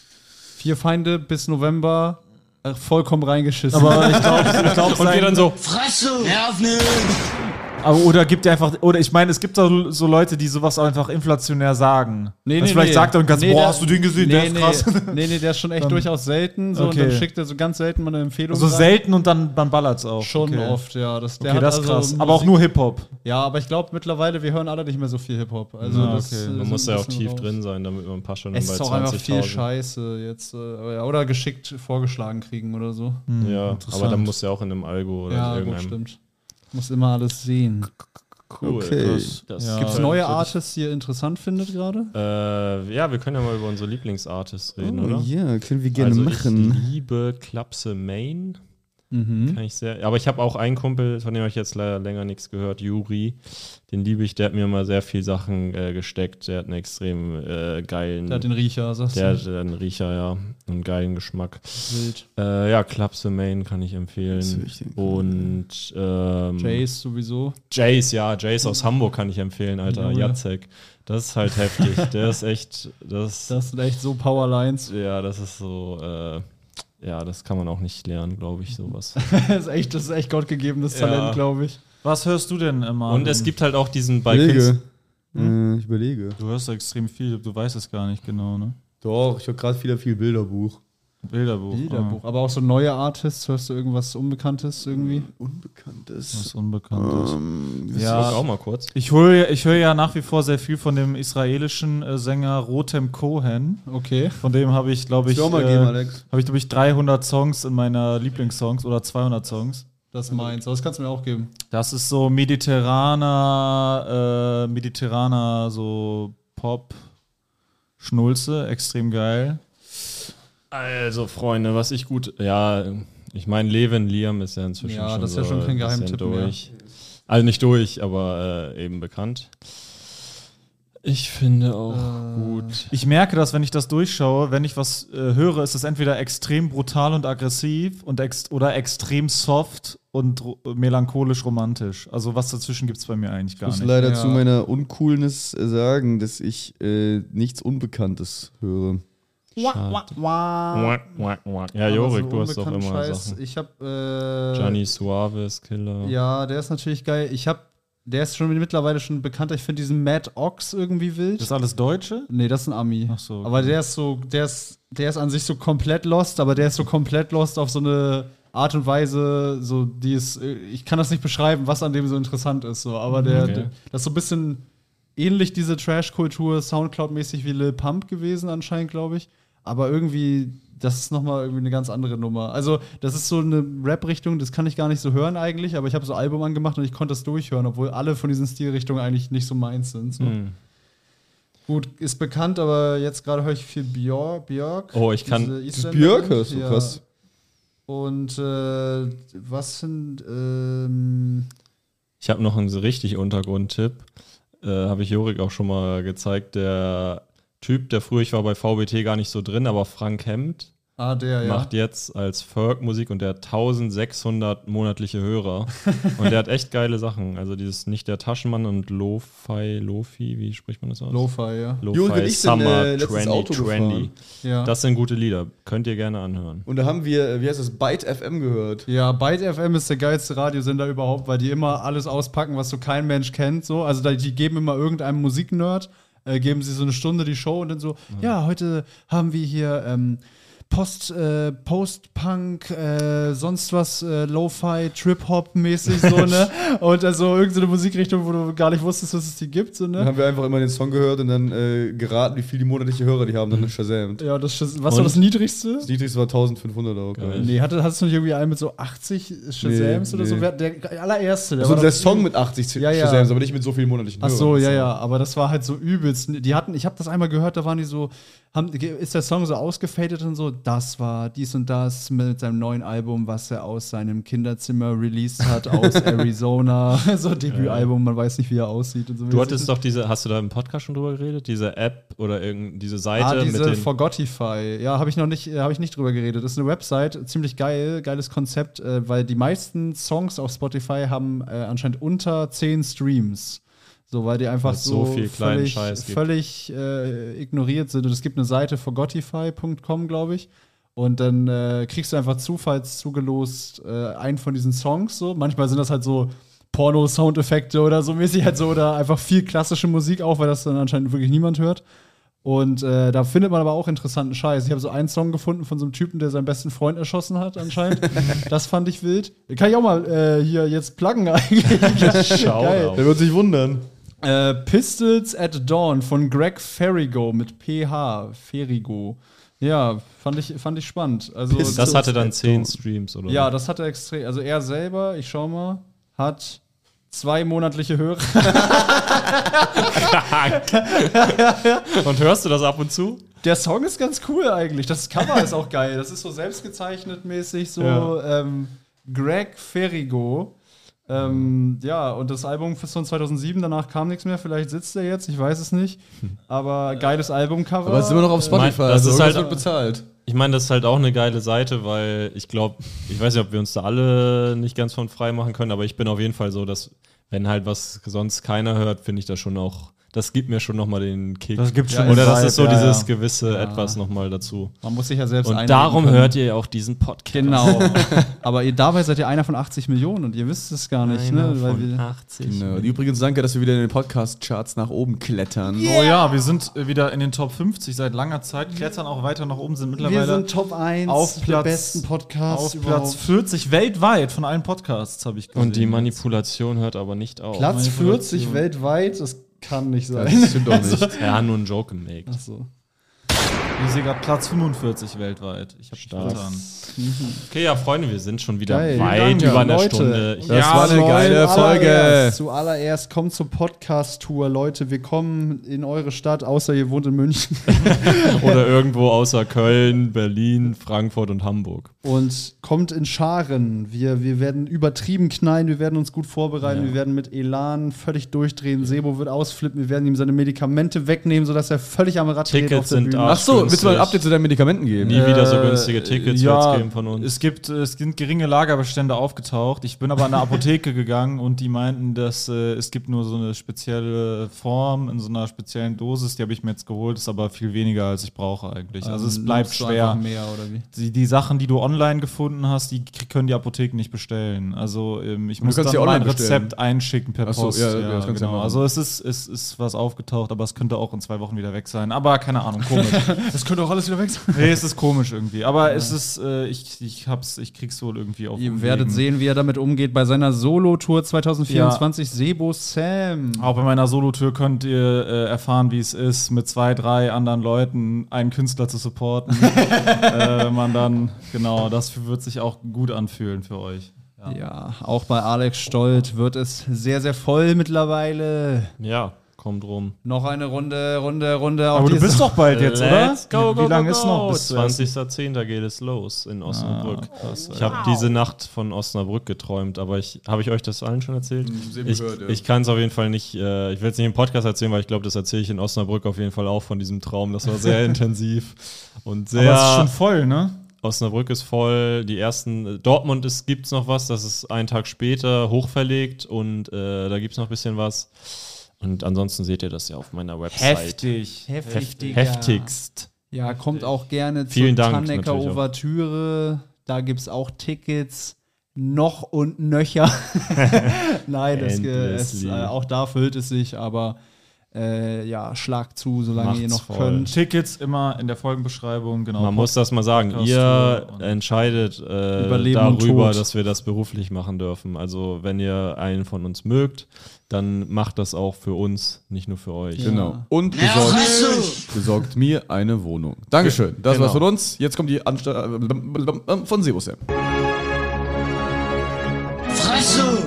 4 Feinde bis November vollkommen reingeschissen. Aber ich glaube, Und wir dann so, Fresse! Nerv nicht! Aber oder gibt er einfach, oder ich meine, es gibt doch so Leute, die sowas einfach inflationär sagen. Also vielleicht sagt er und ganz, boah, hast du den gesehen, der ist krass. Nee, der ist schon echt durchaus selten. So, Okay. Und dann schickt er so ganz selten mal eine Empfehlung. So rein. selten und dann ballert's auch. Schon okay. oft, ja. Das Okay, das ist also krass. Musik- Aber auch nur Hip-Hop. Ja, aber ich glaube mittlerweile, wir hören alle nicht mehr so viel Hip-Hop. Also Ja, das, okay. so man muss ein ja auch bisschen tief raus. drin sein, damit man Paschanim Es bei ist auch einfach viel 20.000. Scheiße jetzt. Oder geschickt vorgeschlagen kriegen oder so. Ja, Interessant. aber dann muss ja auch in einem Algo oder Ja, in gut, irgendeinem. stimmt. Muss immer alles sehen. Cool. Okay. Ja. Gibt es neue Artists, die ihr interessant findet gerade? Ja, wir können ja mal über unsere Lieblingsartists reden, oder? Ja, können wir gerne Also machen. ich liebe Klapse Main. Mhm. Kann ich sehr. Aber ich habe auch einen Kumpel, von dem habe ich jetzt leider länger nichts gehört, Juri. Den liebe ich, der hat mir mal sehr viel Sachen gesteckt. Der hat einen extrem geilen. Der hat den Riecher, sagst Der du? hat einen Riecher, ja. Einen geilen Geschmack. Wild. Ja, Klapse Main kann ich empfehlen. Das ist wichtig. Und Jace sowieso. Jace, ja, Jace aus Hamburg kann ich empfehlen, Alter. Junge. Jacek. Das ist halt heftig. Der ist echt. Das sind echt so Powerlines. Ja, das ist so. Ja, das kann man auch nicht lernen, glaube ich, sowas. Das ist echt gottgegebenes Ja. Talent, glaube ich. Was hörst du denn immer? Und es gibt halt auch diesen bei Überlege. Ich überlege. Du hörst extrem viel, du weißt es gar nicht genau, ne? Doch, ich höre gerade viel Bilderbuch. Bilderbuch. Bilderbuch. Aber auch so neue Artists, hörst du irgendwas Unbekanntes irgendwie? Ah, was Unbekanntes. Unbekanntes. Ja. Auch mal kurz. Ich höre ja nach wie vor sehr viel von dem israelischen Sänger Rotem Cohen. Okay. Von dem habe ich, glaube ich, Willst du auch mal geben, Alex? 300 Songs in meiner Lieblingssongs oder 200 Songs. Das ist meins. Aber das kannst du mir auch geben. Das ist so mediterraner so Pop, Schnulze, extrem geil. Also, Freunde, was ich gut. Ja, ich meine, Levin Liam ist ja inzwischen Ja, schon das ist ja so schon kein ein bisschen Geheimtipp mehr. durch. Also nicht durch, aber eben bekannt. Ich finde auch gut. Ich merke das, wenn ich das durchschaue, wenn ich was höre, ist es entweder extrem brutal und aggressiv und oder extrem soft und melancholisch romantisch. Also was dazwischen gibt es bei mir eigentlich gar Ich muss nicht. leider Ja. zu meiner Uncoolness sagen, dass ich nichts Unbekanntes höre. Wack, wack, wack. Ja, Jorik, du hast doch immer Sachen. Ich habe Gianni Suarez, Killer. Ja, der ist natürlich geil. Der ist schon mittlerweile schon bekannter. Ich finde diesen Mad Ox irgendwie wild. Das ist alles Deutsche? Nee, das ist ein Ami. Ach so, okay. Aber der ist der ist an sich so komplett lost, aber der ist so komplett lost auf so eine Art und Weise, so die ist, ich kann das nicht beschreiben, was an dem so interessant ist, so, aber das ist so ein bisschen ähnlich diese Trash-Kultur, Soundcloud-mäßig wie Lil Pump gewesen anscheinend, glaube ich, aber irgendwie, das ist nochmal irgendwie eine ganz andere Nummer. Also, das ist so eine Rap-Richtung, das kann ich gar nicht so hören eigentlich, aber ich habe so ein Album angemacht und ich konnte das durchhören, obwohl alle von diesen Stilrichtungen eigentlich nicht so meins sind. So. Gut, ist bekannt, aber jetzt gerade höre ich viel Björk. Oh, ich kann. Björk hörst du, krass. Und was sind. Ich habe noch einen so richtig Untergrundtipp. Habe ich Jorik auch schon mal gezeigt. Der Typ, der früher, ich war bei VBT gar nicht so drin, aber Frank Hemd macht jetzt als Folk-Musik und der hat 1600 monatliche Hörer. Und der hat echt geile Sachen. Also dieses Nicht der Taschenmann und Lofi, wie spricht man das aus? Lo-Fi, ja. Jorik und ich sind letztes Auto Trendy. gefahren. Ja. Das sind gute Lieder. Könnt ihr gerne anhören. Und da haben wir, wie heißt das, Byte FM gehört. Ja, Byte FM ist der geilste Radiosender überhaupt, weil die immer alles auspacken, was so kein Mensch kennt. So. Also die geben immer irgendeinem Musiknerd, geben sie so eine Stunde die Show und dann so, ja, heute haben wir hier Post-Punk, sonst was, Lo-Fi, Trip-Hop-mäßig so, ne? Und also irgendeine Musikrichtung, wo du gar nicht wusstest, dass es die gibt, so, ne? Dann haben wir einfach immer den Song gehört und dann geraten, wie viel die monatliche Hörer die haben, dann shazamt. Ja, was war das Niedrigste? Das niedrigste war 1500 Euro. Nee, hattest du nicht irgendwie einen mit so 80 Shazams oder so? Der allererste. Also der Song mit 80 Shazams, aber nicht mit so vielen monatlichen Hörern. Ach so, ja, aber das war halt so übelst. Ich habe das einmal gehört, da waren die so, ist der Song so ausgefadet und so, das war dies und das mit seinem neuen Album, was er aus seinem Kinderzimmer released hat, aus Arizona. So Debütalbum, man weiß nicht, wie er aussieht und so. Du hattest doch hast du da im Podcast schon drüber geredet? Diese App oder diese Seite diese mit den Forgotify. Ja, habe ich nicht drüber geredet. Das ist eine Website, ziemlich geiles Konzept, weil die meisten Songs auf Spotify haben anscheinend unter 10 Streams. So, weil die einfach so viel kleinen Scheiß völlig ignoriert sind. Und es gibt eine Seite forgotify.com, glaube ich. Und dann kriegst du einfach zufallszugelost einen von diesen Songs. So. Manchmal sind das halt so Porno-Soundeffekte oder so mäßig halt so. Oder einfach viel klassische Musik auch, weil das dann anscheinend wirklich niemand hört. Und da findet man aber auch interessanten Scheiß. Ich habe so einen Song gefunden von so einem Typen, der seinen besten Freund erschossen hat, anscheinend. Das fand ich wild. Kann ich auch mal hier jetzt pluggen eigentlich. Schau, der wird sich wundern. Pistols at Dawn von Greg Ferigo mit PH. Ferigo. Ja, fand ich spannend. Also, das hatte dann 10 Streams, oder? Ja, das hatte extrem. Also er selber, ich schau mal, hat 2 monatliche Hörer. Und hörst du das ab und zu? Der Song ist ganz cool eigentlich. Das Cover ist auch geil. Das ist so selbstgezeichnet mäßig, so Greg Ferigo. Ja, und das Album ist von 2007, danach kam nichts mehr. Vielleicht sitzt er jetzt, ich weiß es nicht. Aber geiles Albumcover. Aber es ist immer noch auf Spotify, das ist halt wird bezahlt. Ich meine, das ist halt auch eine geile Seite, weil ich glaube, ich weiß nicht, ob wir uns da alle nicht ganz von frei machen können, aber ich bin auf jeden Fall so, dass, wenn halt was sonst keiner hört, finde ich das schon auch, das gibt mir schon nochmal den Kick. Das gibt schon Oder das Vibe, ist so dieses gewisse Etwas nochmal dazu. Man muss sich ja selbst Und darum können. Hört ihr ja auch diesen Podcast. Genau. Aber dabei seid ihr einer von 80 Millionen und ihr wisst es gar nicht. Einer Ne? von 80. Genau. Übrigens danke, dass wir wieder in den Podcast-Charts nach oben klettern. Yeah. Oh ja, wir sind wieder in den Top 50 seit langer Zeit, klettern auch weiter nach oben, sind mittlerweile wir sind Top 1 auf der besten Podcasts auf Platz 40 weltweit von allen Podcasts, habe ich gesehen. Und die Manipulation hört aber nicht auf. Platz 40 weltweit, das kann nicht sein. Das stimmt doch nicht. Er hat nur einen Joke gemacht. Achso. Ich sehe gerade Platz 45 weltweit. Ich habe getan. Okay, ja, Freunde, wir sind schon wieder Geil. weit Danke, über einer Leute. Stunde. Das war eine geile Folge. Zuallererst kommt zur Podcast-Tour, Leute. Wir kommen in eure Stadt, außer ihr wohnt in München. Oder irgendwo außer Köln, Berlin, Frankfurt und Hamburg. Und kommt in Scharen. Wir werden übertrieben knallen, wir werden uns gut vorbereiten, wir werden mit Elan völlig durchdrehen. Sebo wird ausflippen, wir werden ihm seine Medikamente wegnehmen, sodass er völlig am Rad steht auf der Bühne. Ach so, willst du mal ein Update zu deinen Medikamenten geben? Nie wieder so günstige Tickets wird's geben von uns. Es sind geringe Lagerbestände aufgetaucht. Ich bin aber an eine Apotheke gegangen und die meinten, dass es gibt nur so eine spezielle Form in so einer speziellen Dosis. Die habe ich mir jetzt geholt, ist aber viel weniger, als ich brauche eigentlich. Also es bleibt schwer. Mehr, oder wie? Die Sachen, die du online gefunden hast, die können die Apotheken nicht bestellen. Also ich muss dann mein Rezept einschicken per Post. Das genau. Also es ist was aufgetaucht, aber es könnte auch in 2 Wochen wieder weg sein. Aber keine Ahnung, komisch. Das könnte auch alles wieder weg sein. Nee, es ist komisch irgendwie. Aber es ist, ich krieg's wohl irgendwie auf. Ihr werdet sehen, wie er damit umgeht bei seiner Solo-Tour 2024, Sebo Sam. Auch bei meiner Solo-Tour könnt ihr erfahren, wie es ist, mit 2, 3 anderen Leuten einen Künstler zu supporten. Wenn man dann, genau, das wird sich auch gut anfühlen für euch. Ja, auch bei Alex Stolt wird es sehr, sehr voll mittlerweile. Ja, kommt rum. Noch eine Runde. Aber du bist doch bald jetzt, oder? Let's go, Wie lange ist noch bis 20.10. geht es los in Osnabrück. Ich habe diese Nacht von Osnabrück geträumt, aber habe ich euch das allen schon erzählt? Ich kann es auf jeden Fall nicht, ich will es nicht im Podcast erzählen, weil ich glaube, das erzähle ich in Osnabrück auf jeden Fall auch von diesem Traum. Das war sehr intensiv und sehr. Aber es ist schon voll, ne? Osnabrück ist voll, die ersten, Dortmund gibt's noch was, das ist einen Tag später hochverlegt und da gibt's noch ein bisschen was. Und ansonsten seht ihr das ja auf meiner Website. Heftigst. Ja, kommt auch gerne Vielen zur Dank Tannecker Ouvertüre. Da gibt's auch Tickets. Noch und nöcher. Nein, auch da füllt es sich, aber schlag zu, solange Macht's ihr noch voll. könnt. Tickets immer in der Folgenbeschreibung, genau. Man muss das mal sagen, ihr entscheidet darüber, dass wir das beruflich machen dürfen. Also wenn ihr einen von uns mögt, dann macht das auch für uns, nicht nur für euch. Genau. Und besorgt mir eine Wohnung. Dankeschön. Das war's von uns. Jetzt kommt die von Sebo Sam. Fresse!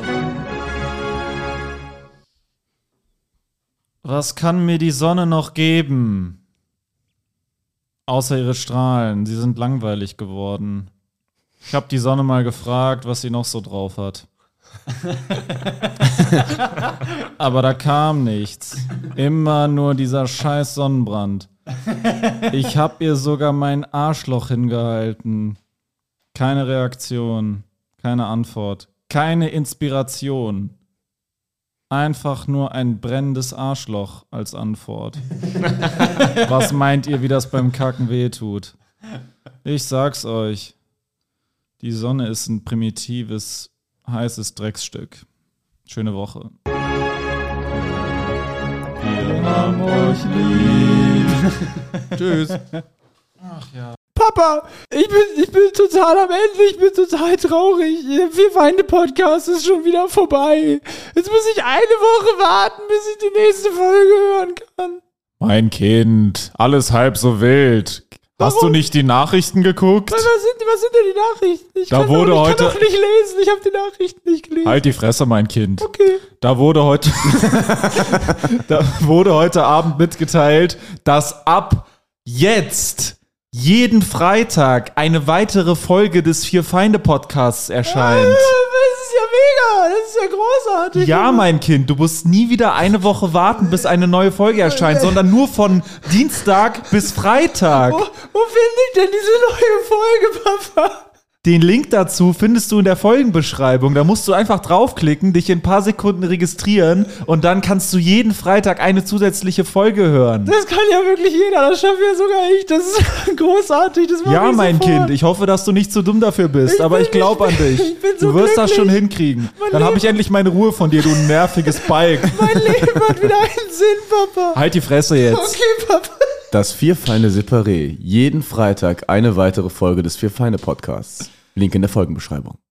Was kann mir die Sonne noch geben? Außer ihre Strahlen. Sie sind langweilig geworden. Ich habe die Sonne mal gefragt, was sie noch so drauf hat. Aber da kam nichts. Immer nur dieser scheiß Sonnenbrand. Ich hab ihr sogar mein Arschloch hingehalten. Keine Reaktion. Keine Antwort. Keine Inspiration. Einfach nur ein brennendes Arschloch als Antwort. Was meint ihr, wie das beim Kacken wehtut? Ich sag's euch. Die Sonne ist ein primitives, heißes Drecksstück. Schöne Woche. Wir haben euch lieb. Tschüss. Ach ja. Papa, ich bin total am Ende, ich bin total traurig. Der Vier-Feinde-Podcast ist schon wieder vorbei. Jetzt muss ich eine Woche warten, bis ich die nächste Folge hören kann. Mein Kind, alles halb so wild. Hast du nicht die Nachrichten geguckt? Was sind denn die Nachrichten? Ich kann doch nicht lesen, ich habe die Nachrichten nicht gelesen. Halt die Fresse, mein Kind. Okay. Da wurde heute Abend mitgeteilt, dass ab jetzt jeden Freitag eine weitere Folge des Vier-Feinde-Podcasts erscheint. Das ist ja mega, das ist ja großartig. Ja, mein Kind, du musst nie wieder eine Woche warten, bis eine neue Folge erscheint, sondern nur von Dienstag bis Freitag. Wo finde ich denn diese neue Folge, Papa? Den Link dazu findest du in der Folgenbeschreibung. Da musst du einfach draufklicken, dich in ein paar Sekunden registrieren und dann kannst du jeden Freitag eine zusätzliche Folge hören. Das kann ja wirklich jeder, das schaffe ja sogar ich. Das ist großartig. Das ja, mein Kind, ich hoffe, dass du nicht zu dumm dafür bist, aber ich glaube an dich. Ich bin so du wirst glücklich. das schon hinkriegen. Dann habe ich endlich meine Ruhe von dir, du nerviges Balk. Mein Leben hat wieder einen Sinn, Papa. Halt die Fresse jetzt. Okay, Papa. Das Vier-Feinde Separé. Jeden Freitag eine weitere Folge des Vier-Feinde-Podcasts. Link in der Folgenbeschreibung.